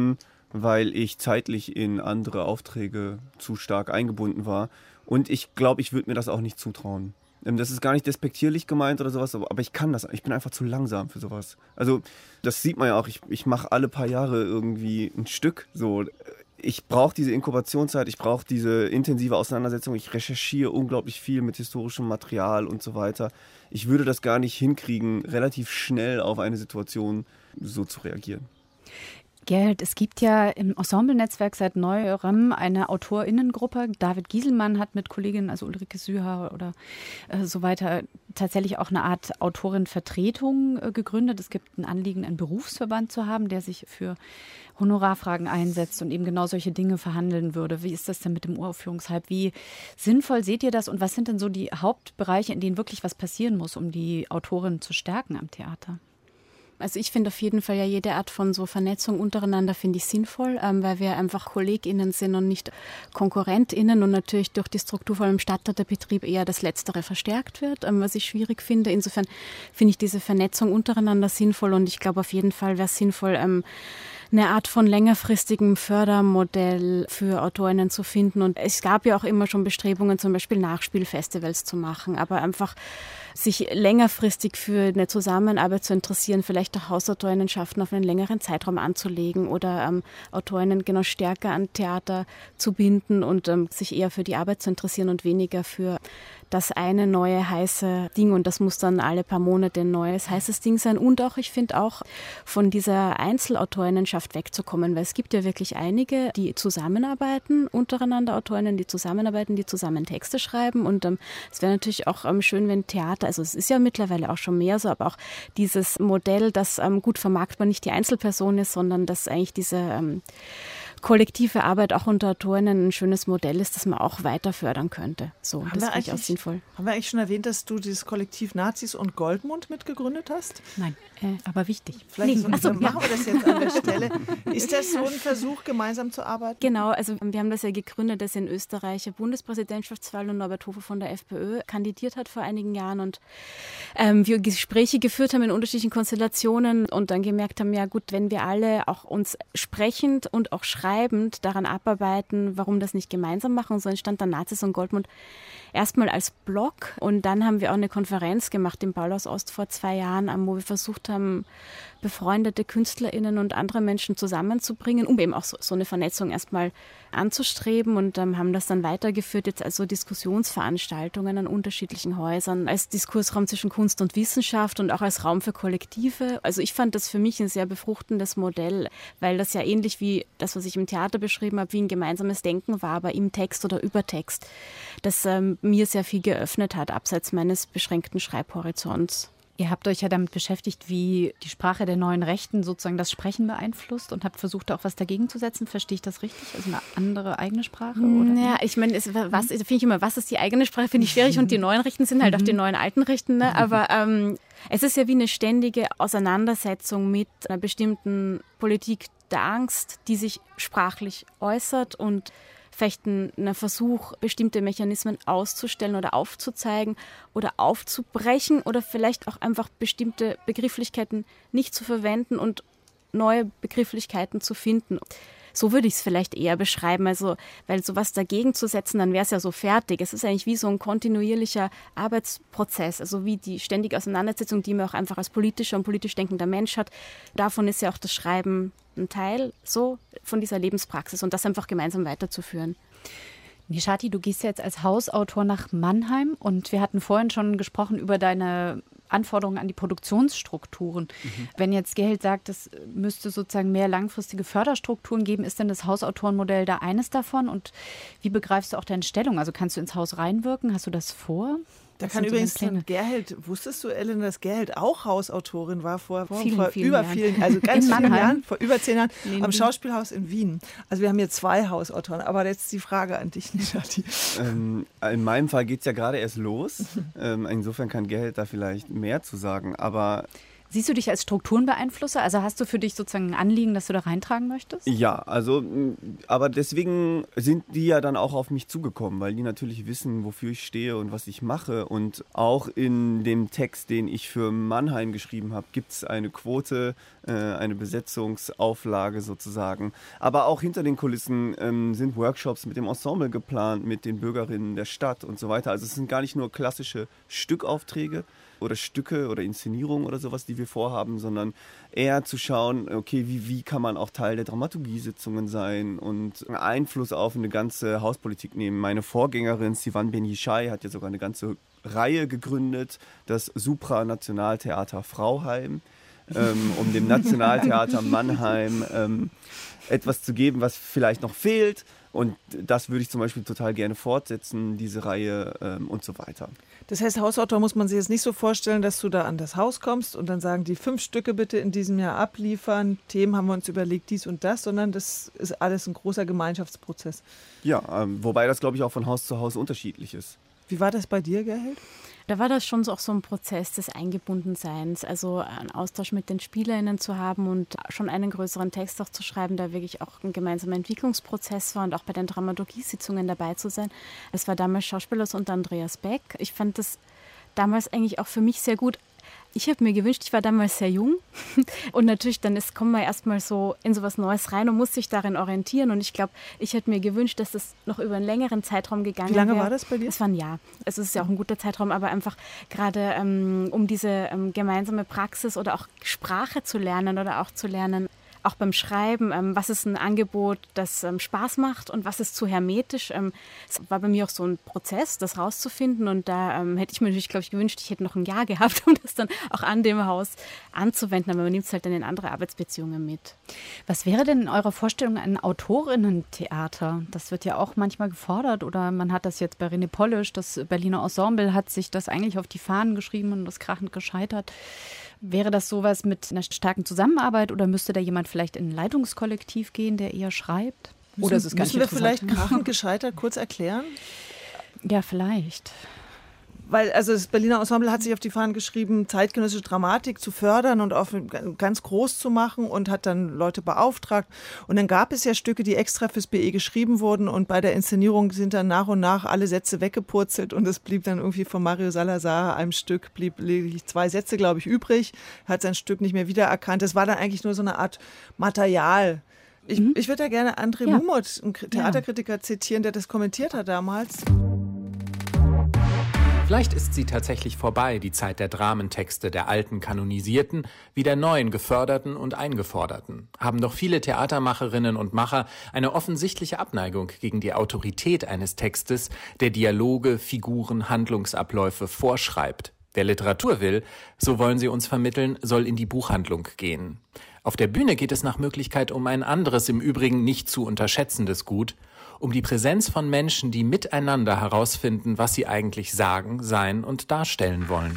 weil ich zeitlich in andere Aufträge zu stark eingebunden war. Und ich glaube, ich würde mir das auch nicht zutrauen. Das ist gar nicht despektierlich gemeint oder sowas, aber ich kann das. Ich bin einfach zu langsam für sowas. Also das sieht man ja auch. Ich, ich mache alle paar Jahre irgendwie ein Stück. So, ich brauche diese Inkubationszeit, ich brauche diese intensive Auseinandersetzung. Ich recherchiere unglaublich viel mit historischem Material und so weiter. Ich würde das gar nicht hinkriegen, relativ schnell auf eine Situation so zu reagieren. Gerhild, es gibt ja im Ensemble-Netzwerk seit neuerem eine AutorInnengruppe. David Gieselmann hat mit Kolleginnen, also Ulrike Süher oder äh, so weiter, tatsächlich auch eine Art Autorenvertretung äh, gegründet. Es gibt ein Anliegen, einen Berufsverband zu haben, der sich für Honorarfragen einsetzt und eben genau solche Dinge verhandeln würde. Wie ist das denn mit dem Uraufführungshype? Wie sinnvoll seht ihr das? Und was sind denn so die Hauptbereiche, in denen wirklich was passieren muss, um die Autorinnen zu stärken am Theater? Also ich finde auf jeden Fall ja jede Art von so Vernetzung untereinander finde ich sinnvoll, ähm, weil wir einfach KollegInnen sind und nicht KonkurrentInnen und natürlich durch die Struktur vor allem Stadttheaterbetrieb eher das Letztere verstärkt wird, ähm, was ich schwierig finde. Insofern finde ich diese Vernetzung untereinander sinnvoll und ich glaube auf jeden Fall wäre es sinnvoll, ähm, eine Art von längerfristigem Fördermodell für AutorInnen zu finden. Und es gab ja auch immer schon Bestrebungen, zum Beispiel Nachspielfestivals zu machen, aber einfach sich längerfristig für eine Zusammenarbeit zu interessieren, vielleicht auch Hausautorinnenschaften auf einen längeren Zeitraum anzulegen oder ähm, AutorInnen genau stärker an Theater zu binden und ähm, sich eher für die Arbeit zu interessieren und weniger für das eine neue heiße Ding und das muss dann alle paar Monate ein neues heißes Ding sein und auch, ich finde auch, von dieser Einzelautorinnenschaft wegzukommen, weil es gibt ja wirklich einige, die zusammenarbeiten, untereinander Autorinnen, die zusammenarbeiten, die zusammen Texte schreiben und ähm, es wäre natürlich auch ähm, schön, wenn Theater, also es ist ja mittlerweile auch schon mehr so, aber auch dieses Modell, das ähm, gut vermarktbar nicht die Einzelperson ist, sondern dass eigentlich diese ähm, kollektive Arbeit auch unter Autorinnen ein schönes Modell ist, das man auch weiter fördern könnte. So, haben das finde ich auch sinnvoll. Haben wir eigentlich schon erwähnt, dass du dieses Kollektiv Nazis und Goldmund mitgegründet hast? Nein, äh, aber wichtig. Vielleicht nee. so, machen wir das jetzt an der Stelle. Ist das so ein Versuch, gemeinsam zu arbeiten? Genau, also wir haben das ja gegründet, dass in Österreich eine Bundespräsidentschaftswahl und Norbert Hofer von der FPÖ kandidiert hat vor einigen Jahren und ähm, wir Gespräche geführt haben in unterschiedlichen Konstellationen und dann gemerkt haben, ja gut, wenn wir alle auch uns sprechend und auch schreibend daran abarbeiten, warum das nicht gemeinsam machen. So entstand dann Nazis und Goldmund erstmal als Blog und dann haben wir auch eine Konferenz gemacht im Paulhaus Ost vor zwei Jahren, wo wir versucht haben, befreundete KünstlerInnen und andere Menschen zusammenzubringen, um eben auch so, so eine Vernetzung erstmal anzustreben und ähm, haben das dann weitergeführt, jetzt also Diskussionsveranstaltungen an unterschiedlichen Häusern, als Diskursraum zwischen Kunst und Wissenschaft und auch als Raum für Kollektive. Also ich fand das für mich ein sehr befruchtendes Modell, weil das ja ähnlich wie das, was ich im Theater beschrieben habe, wie ein gemeinsames Denken war, aber im Text oder über Text, das ähm, mir sehr viel geöffnet hat, abseits meines beschränkten Schreibhorizonts. Ihr habt euch ja damit beschäftigt, wie die Sprache der neuen Rechten sozusagen das Sprechen beeinflusst und habt versucht, auch was dagegen zu setzen. Verstehe ich das richtig? Also eine andere eigene Sprache? Oder? Ja, ich meine, was finde ich immer, was ist die eigene Sprache, finde ich schwierig und die neuen Rechten sind halt auch die neuen alten Rechten. Ne? Aber ähm, es ist ja wie eine ständige Auseinandersetzung mit einer bestimmten Politik der Angst, die sich sprachlich äußert und vielleicht ein, ein Versuch, bestimmte Mechanismen auszustellen oder aufzuzeigen oder aufzubrechen oder vielleicht auch einfach bestimmte Begrifflichkeiten nicht zu verwenden und neue Begrifflichkeiten zu finden. So würde ich es vielleicht eher beschreiben, also weil sowas dagegen zu setzen, dann wäre es ja so fertig. Es ist eigentlich wie so ein kontinuierlicher Arbeitsprozess, also wie die ständige Auseinandersetzung, die man auch einfach als politischer und politisch denkender Mensch hat. Davon ist ja auch das Schreiben ein Teil so von dieser Lebenspraxis und das einfach gemeinsam weiterzuführen. Nishati, du gehst ja jetzt als Hausautor nach Mannheim und wir hatten vorhin schon gesprochen über deine Anforderungen an die Produktionsstrukturen. Mhm. Wenn jetzt Gerhild sagt, es müsste sozusagen mehr langfristige Förderstrukturen geben, ist denn das Hausautorenmodell da eines davon? Und wie begreifst du auch deine Stellung? Also kannst du ins Haus reinwirken? Hast du das vor? Da Was kann sind so übrigens deine Pläne? Gerhild, wusstest du, Ellen, dass Gerhild auch Hausautorin war vor, vor, Vielen, vor vielen über Jahren. vielen, also ganz In vielen Mannheim? Jahren, vor über zehn Jahren, Nee, in am Wien. Schauspielhaus in Wien. Also wir haben hier zwei Hausautoren, aber jetzt die Frage an dich, Nishati. Ähm, in meinem Fall geht es ja gerade erst los. ähm, insofern kann Gerhild da vielleicht mehr zu sagen. Aber Siehst du dich als Strukturenbeeinflusser? Also hast du für dich sozusagen ein Anliegen, das du da reintragen möchtest? Ja, also, aber deswegen sind die ja dann auch auf mich zugekommen, weil die natürlich wissen, wofür ich stehe und was ich mache. Und auch in dem Text, den ich für Mannheim geschrieben habe, gibt es eine Quote, äh, eine Besetzungsauflage sozusagen. Aber auch hinter den Kulissen ähm, sind Workshops mit dem Ensemble geplant, mit den Bürgerinnen der Stadt und so weiter. Also es sind gar nicht nur klassische Stückaufträge oder Stücke oder Inszenierungen oder sowas, die wir vorhaben, sondern eher zu schauen, okay, wie, wie kann man auch Teil der Dramaturgiesitzungen sein und Einfluss auf eine ganze Hauspolitik nehmen. Meine Vorgängerin Sivan Ben-Yishai hat ja sogar eine ganze Reihe gegründet, das Supranationaltheater Frauheim, ähm, um dem Nationaltheater Mannheim ähm, etwas zu geben, was vielleicht noch fehlt. Und das würde ich zum Beispiel total gerne fortsetzen, diese Reihe ähm, und so weiter. Das heißt, Hausautor muss man sich jetzt nicht so vorstellen, dass du da an das Haus kommst und dann sagen die fünf Stücke bitte in diesem Jahr abliefern, Themen haben wir uns überlegt, dies und das, sondern das ist alles ein großer Gemeinschaftsprozess. Ja, ähm, wobei das, glaube ich, auch von Haus zu Haus unterschiedlich ist. Wie war das bei dir, Gerhild? Da war das schon so auch so ein Prozess des Eingebundenseins, also einen Austausch mit den SpielerInnen zu haben und schon einen größeren Text auch zu schreiben, da wirklich auch ein gemeinsamer Entwicklungsprozess war und auch bei den Dramaturgiesitzungen dabei zu sein. Es war damals Schauspielers unter Andreas Beck. Ich fand das damals eigentlich auch für mich sehr gut. Ich habe mir gewünscht, ich war damals sehr jung und natürlich dann ist, kommt man erstmal so in sowas Neues rein und muss sich darin orientieren und ich glaube, ich hätte mir gewünscht, dass das noch über einen längeren Zeitraum gegangen wäre. Wie lange wär. war das bei dir? Es war ein Jahr. Es ist ja auch ein guter Zeitraum, aber einfach gerade ähm, um diese ähm, gemeinsame Praxis oder auch Sprache zu lernen oder auch zu lernen, auch beim Schreiben, ähm, was ist ein Angebot, das ähm, Spaß macht und was ist zu hermetisch. Ähm, es war bei mir auch so ein Prozess, das rauszufinden und da ähm, hätte ich mir natürlich, glaube ich, gewünscht, ich hätte noch ein Jahr gehabt, um das dann auch an dem Haus anzuwenden, aber man nimmt es halt dann in andere Arbeitsbeziehungen mit. Was wäre denn in eurer Vorstellung ein Autorinnen-Theater? Das wird ja auch manchmal gefordert oder man hat das jetzt bei René Polisch, das Berliner Ensemble hat sich das eigentlich auf die Fahnen geschrieben und das krachend gescheitert. Wäre das sowas mit einer starken Zusammenarbeit oder müsste da jemand vielleicht in ein Leitungskollektiv gehen, der eher schreibt? Müssen, oder ist es gar müssen nicht wir vielleicht krachend gescheitert kurz erklären? Ja, vielleicht. Weil also das Berliner Ensemble hat sich auf die Fahnen geschrieben, zeitgenössische Dramatik zu fördern und auf ganz groß zu machen und hat dann Leute beauftragt. Und dann gab es ja Stücke, die extra fürs B E geschrieben wurden und bei der Inszenierung sind dann nach und nach alle Sätze weggepurzelt und es blieb dann irgendwie von Mario Salazar einem Stück, blieb lediglich zwei Sätze, glaube ich, übrig, hat sein Stück nicht mehr wiedererkannt. Das war dann eigentlich nur so eine Art Material. Ich, mhm. ich würde da gerne André ja. Mumot, einen Theaterkritiker, ja. zitieren, der das kommentiert hat damals. Vielleicht ist sie tatsächlich vorbei, die Zeit der Dramentexte, der alten kanonisierten, wie der neuen geförderten und eingeforderten. Haben doch viele Theatermacherinnen und Macher eine offensichtliche Abneigung gegen die Autorität eines Textes, der Dialoge, Figuren, Handlungsabläufe vorschreibt. Wer Literatur will, so wollen sie uns vermitteln, soll in die Buchhandlung gehen. Auf der Bühne geht es nach Möglichkeit um ein anderes, im Übrigen nicht zu unterschätzendes Gut, um die Präsenz von Menschen, die miteinander herausfinden, was sie eigentlich sagen, sein und darstellen wollen.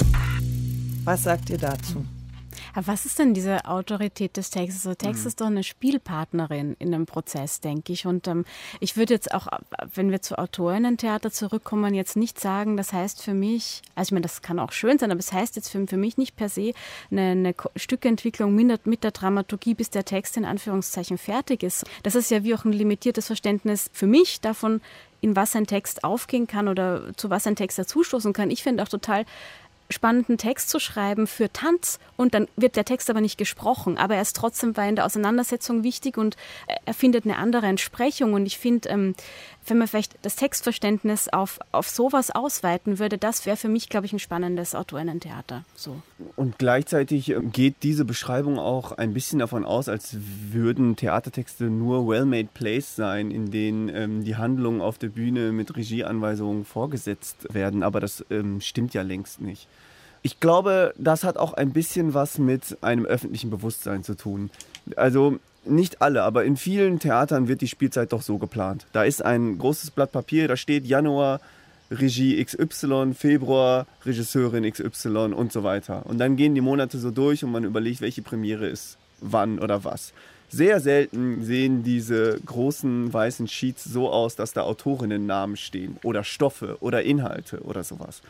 Was sagt ihr dazu? Aber was ist denn diese Autorität des Textes? Der Text mhm. ist doch eine Spielpartnerin in einem Prozess, denke ich. Und ähm, ich würde jetzt auch, wenn wir zu Autorinnentheater zurückkommen, jetzt nicht sagen, das heißt für mich, also ich meine, das kann auch schön sein, aber es heißt jetzt für, für mich nicht per se eine, eine Stückentwicklung mit, mit der Dramaturgie, bis der Text in Anführungszeichen fertig ist. Das ist ja wie auch ein limitiertes Verständnis für mich davon, in was ein Text aufgehen kann oder zu was ein Text dazustoßen kann. Ich finde auch total spannenden Text zu schreiben für Tanz und dann wird der Text aber nicht gesprochen, aber er ist trotzdem bei in der Auseinandersetzung wichtig und er findet eine andere Entsprechung und ich finde, ähm, wenn man vielleicht das Textverständnis auf, auf sowas ausweiten würde, das wäre für mich, glaube ich, ein spannendes Autorinnentheater. So. Und gleichzeitig geht diese Beschreibung auch ein bisschen davon aus, als würden Theatertexte nur well-made plays sein, in denen ähm, die Handlungen auf der Bühne mit Regieanweisungen vorgesetzt werden, aber das ähm, stimmt ja längst nicht. Ich glaube, das hat auch ein bisschen was mit einem öffentlichen Bewusstsein zu tun. Also nicht alle, aber in vielen Theatern wird die Spielzeit doch so geplant. Da ist ein großes Blatt Papier, da steht Januar, Regie X Y, Februar, Regisseurin X Y und so weiter. Und dann gehen die Monate so durch und man überlegt, welche Premiere ist wann oder was. Sehr selten sehen diese großen weißen Sheets so aus, dass da Autorinnennamen stehen oder Stoffe oder Inhalte oder sowas.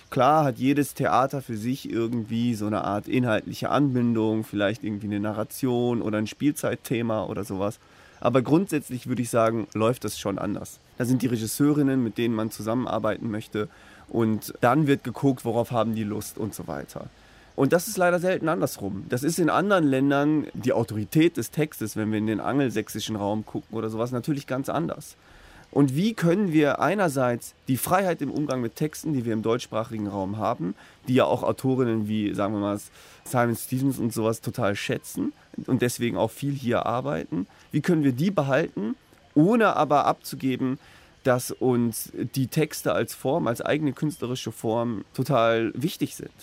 Klar hat jedes Theater für sich irgendwie so eine Art inhaltliche Anbindung, vielleicht irgendwie eine Narration oder ein Spielzeitthema oder sowas. Aber grundsätzlich würde ich sagen, läuft das schon anders. Da sind die Regisseurinnen, mit denen man zusammenarbeiten möchte, und dann wird geguckt, worauf haben die Lust und so weiter. Und das ist leider selten andersrum. Das ist in anderen Ländern die Autorität des Textes, wenn wir in den angelsächsischen Raum gucken oder sowas, natürlich ganz anders. Und wie können wir einerseits die Freiheit im Umgang mit Texten, die wir im deutschsprachigen Raum haben, die ja auch Autorinnen wie, sagen wir mal, Simon Stevens und sowas total schätzen und deswegen auch viel hier arbeiten, wie können wir die behalten, ohne aber abzugeben, dass uns die Texte als Form, als eigene künstlerische Form total wichtig sind.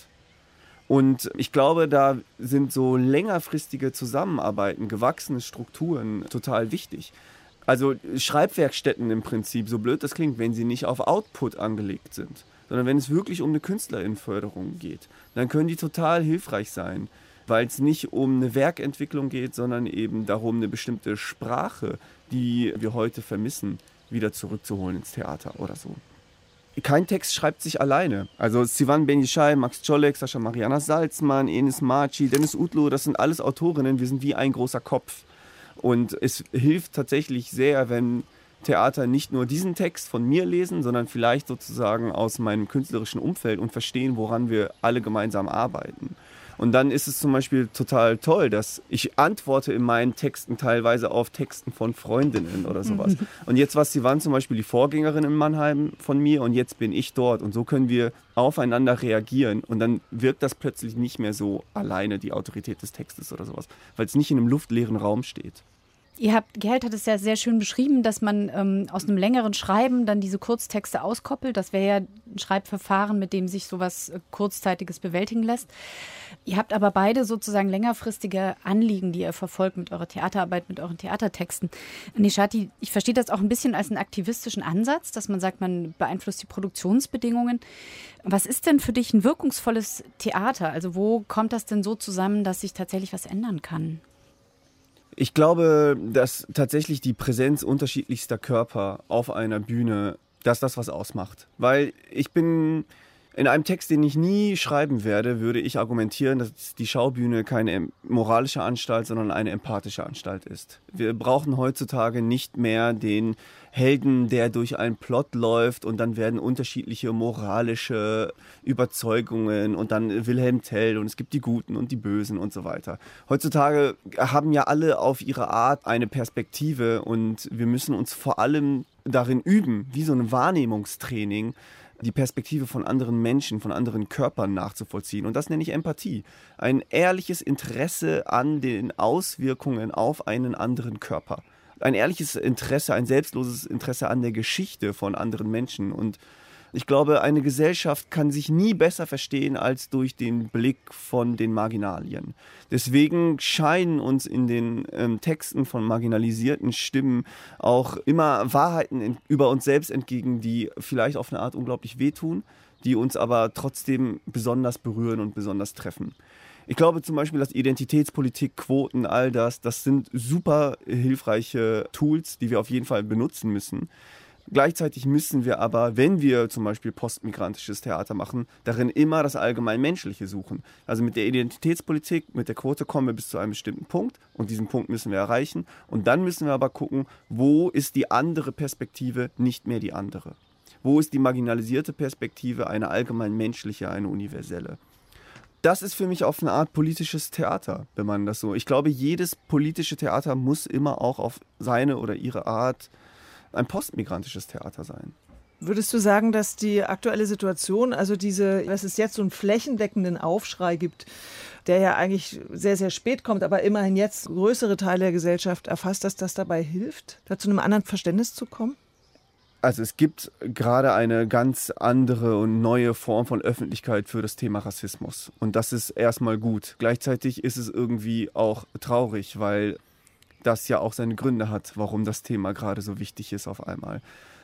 Und ich glaube, da sind so längerfristige Zusammenarbeiten, gewachsene Strukturen total wichtig. Also Schreibwerkstätten im Prinzip, so blöd das klingt, wenn sie nicht auf Output angelegt sind, sondern wenn es wirklich um eine Künstlerinnenförderung geht, dann können die total hilfreich sein, weil es nicht um eine Werkentwicklung geht, sondern eben darum, eine bestimmte Sprache, die wir heute vermissen, wieder zurückzuholen ins Theater oder so. Kein Text schreibt sich alleine. Also Sivan Benishai, Max Czolek, Sascha Mariana Salzmann, Enis Marci, Dennis Utlu, das sind alles Autorinnen, wir sind wie ein großer Kopf. Und es hilft tatsächlich sehr, wenn Theater nicht nur diesen Text von mir lesen, sondern vielleicht sozusagen aus meinem künstlerischen Umfeld und verstehen, woran wir alle gemeinsam arbeiten. Und dann ist es zum Beispiel total toll, dass ich antworte in meinen Texten teilweise auf Texten von Freundinnen oder sowas. Und jetzt war Sivan zum Beispiel die Vorgängerin in Mannheim von mir und jetzt bin ich dort. Und so können wir aufeinander reagieren und dann wirkt das plötzlich nicht mehr so alleine, die Autorität des Textes oder sowas, weil es nicht in einem luftleeren Raum steht. Ihr habt, Gerhard hat es ja sehr schön beschrieben, dass man ähm, aus einem längeren Schreiben dann diese Kurztexte auskoppelt. Das wäre ja ein Schreibverfahren, mit dem sich sowas äh, Kurzzeitiges bewältigen lässt. Ihr habt aber beide sozusagen längerfristige Anliegen, die ihr verfolgt mit eurer Theaterarbeit, mit euren Theatertexten. Nishati, ich verstehe das auch ein bisschen als einen aktivistischen Ansatz, dass man sagt, man beeinflusst die Produktionsbedingungen. Was ist denn für dich ein wirkungsvolles Theater? Also wo kommt das denn so zusammen, dass sich tatsächlich was ändern kann? Ich glaube, dass tatsächlich die Präsenz unterschiedlichster Körper auf einer Bühne, dass das was ausmacht. Weil ich bin in einem Text, den ich nie schreiben werde, würde ich argumentieren, dass die Schaubühne keine moralische Anstalt, sondern eine empathische Anstalt ist. Wir brauchen heutzutage nicht mehr den Helden, der durch einen Plot läuft und dann werden unterschiedliche moralische Überzeugungen und dann Wilhelm Tell und es gibt die Guten und die Bösen und so weiter. Heutzutage haben ja alle auf ihre Art eine Perspektive und wir müssen uns vor allem darin üben, wie so ein Wahrnehmungstraining, die Perspektive von anderen Menschen, von anderen Körpern nachzuvollziehen. Und das nenne ich Empathie. Ein ehrliches Interesse an den Auswirkungen auf einen anderen Körper. Ein ehrliches Interesse, ein selbstloses Interesse an der Geschichte von anderen Menschen. Und ich glaube, eine Gesellschaft kann sich nie besser verstehen als durch den Blick von den Marginalien. Deswegen scheinen uns in den ähm, Texten von marginalisierten Stimmen auch immer Wahrheiten in, über uns selbst entgegen, die vielleicht auf eine Art unglaublich wehtun, die uns aber trotzdem besonders berühren und besonders treffen. Ich glaube zum Beispiel, dass Identitätspolitik, Quoten, all das, das sind super hilfreiche Tools, die wir auf jeden Fall benutzen müssen. Gleichzeitig müssen wir aber, wenn wir zum Beispiel postmigrantisches Theater machen, darin immer das Allgemeinmenschliche suchen. Also mit der Identitätspolitik, mit der Quote kommen wir bis zu einem bestimmten Punkt und diesen Punkt müssen wir erreichen. Und dann müssen wir aber gucken, wo ist die andere Perspektive nicht mehr die andere? Wo ist die marginalisierte Perspektive eine allgemeinmenschliche, eine universelle? Das ist für mich auf eine Art politisches Theater, wenn man das so... Ich glaube, jedes politische Theater muss immer auch auf seine oder ihre Art ein postmigrantisches Theater sein. Würdest du sagen, dass die aktuelle Situation, also diese, dass es jetzt so einen flächendeckenden Aufschrei gibt, der ja eigentlich sehr, sehr spät kommt, aber immerhin jetzt größere Teile der Gesellschaft erfasst, dass das dabei hilft, da zu einem anderen Verständnis zu kommen? Also es gibt gerade eine ganz andere und neue Form von Öffentlichkeit für das Thema Rassismus. Und das ist erstmal gut. Gleichzeitig ist es irgendwie auch traurig, weil das ja auch seine Gründe hat, warum das Thema gerade so wichtig ist auf einmal.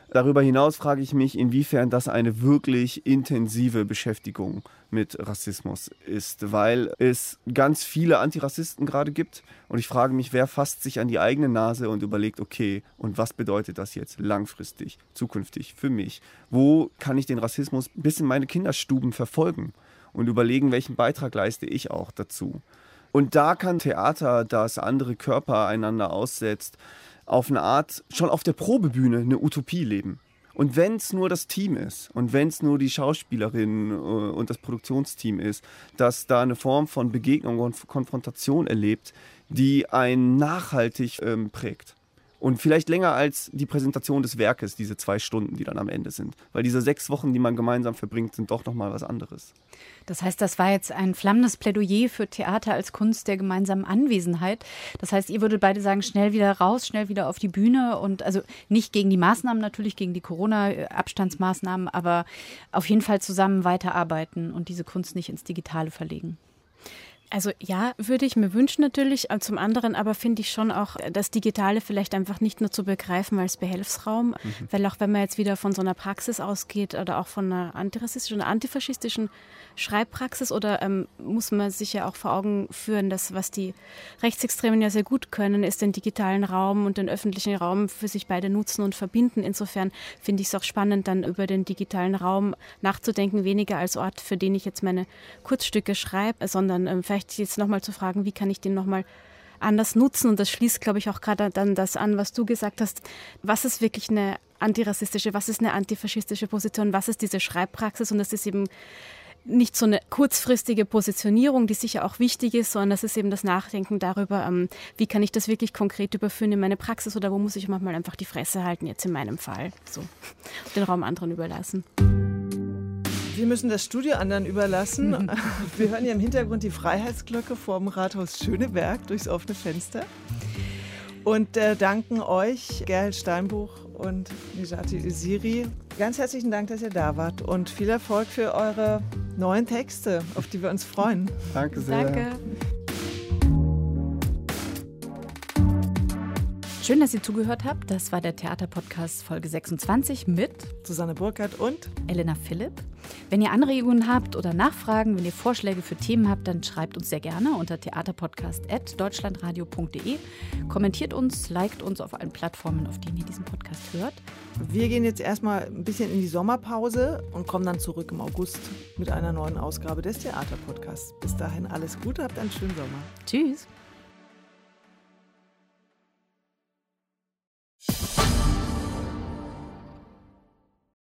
Darüber hinaus frage ich mich, inwiefern das eine wirklich intensive Beschäftigung mit Rassismus ist, weil es ganz viele Antirassisten gerade gibt und ich frage mich, wer fasst sich an die eigene Nase und überlegt, okay, und was bedeutet das jetzt langfristig, zukünftig für mich? Wo kann ich den Rassismus bis in meine Kinderstuben verfolgen und überlegen, welchen Beitrag leiste ich auch dazu? Und da kann Theater, das andere Körper einander aussetzt, auf eine Art schon auf der Probebühne eine Utopie leben. Und wenn es nur das Team ist und wenn es nur die Schauspielerin und das Produktionsteam ist, dass da eine Form von Begegnung und Konfrontation erlebt, die einen nachhaltig ähm, prägt. Und vielleicht länger als die Präsentation des Werkes, diese zwei Stunden, die dann am Ende sind. Weil diese sechs Wochen, die man gemeinsam verbringt, sind doch nochmal was anderes. Das heißt, das war jetzt ein flammendes Plädoyer für Theater als Kunst der gemeinsamen Anwesenheit. Das heißt, ihr würdet beide sagen, schnell wieder raus, schnell wieder auf die Bühne. Und also nicht gegen die Maßnahmen, natürlich gegen die Corona-Abstandsmaßnahmen, aber auf jeden Fall zusammen weiterarbeiten und diese Kunst nicht ins Digitale verlegen. Also ja, würde ich mir wünschen natürlich. Zum anderen aber finde ich schon auch das Digitale vielleicht einfach nicht nur zu begreifen als Behelfsraum, mhm. weil auch wenn man jetzt wieder von so einer Praxis ausgeht oder auch von einer antirassistischen oder antifaschistischen Schreibpraxis oder ähm, muss man sich ja auch vor Augen führen, dass was die Rechtsextremen ja sehr gut können, ist den digitalen Raum und den öffentlichen Raum für sich beide nutzen und verbinden. Insofern finde ich es auch spannend, dann über den digitalen Raum nachzudenken, weniger als Ort, für den ich jetzt meine Kurzstücke schreibe, sondern ähm, vielleicht jetzt nochmal zu fragen, wie kann ich den nochmal anders nutzen? Und das schließt, glaube ich, auch gerade dann das an, was du gesagt hast. Was ist wirklich eine antirassistische, was ist eine antifaschistische Position? Was ist diese Schreibpraxis? Und das ist eben nicht so eine kurzfristige Positionierung, die sicher auch wichtig ist, sondern das ist eben das Nachdenken darüber, ähm, wie kann ich das wirklich konkret überführen in meine Praxis oder wo muss ich manchmal einfach die Fresse halten, jetzt in meinem Fall, so den Raum anderen überlassen. Wir müssen das Studio anderen überlassen. Wir hören hier im Hintergrund die Freiheitsglocke vorm Rathaus Schöneberg durchs offene Fenster und äh, danken euch, Gerhild Steinbuch und Nejati Öziri. Ganz herzlichen Dank, dass ihr da wart und viel Erfolg für eure neuen Texte, auf die wir uns freuen. Danke sehr. Danke. Schön, dass ihr zugehört habt. Das war der Theaterpodcast Folge sechsundzwanzig mit Susanne Burkhardt und Elena Philipp. Wenn ihr Anregungen habt oder Nachfragen, wenn ihr Vorschläge für Themen habt, dann schreibt uns sehr gerne unter theaterpodcast at deutschlandradio punkt de. Kommentiert uns, liked uns auf allen Plattformen, auf denen ihr diesen Podcast hört. Wir gehen jetzt erstmal ein bisschen in die Sommerpause und kommen dann zurück im August mit einer neuen Ausgabe des Theaterpodcasts. Bis dahin alles Gute, habt einen schönen Sommer. Tschüss.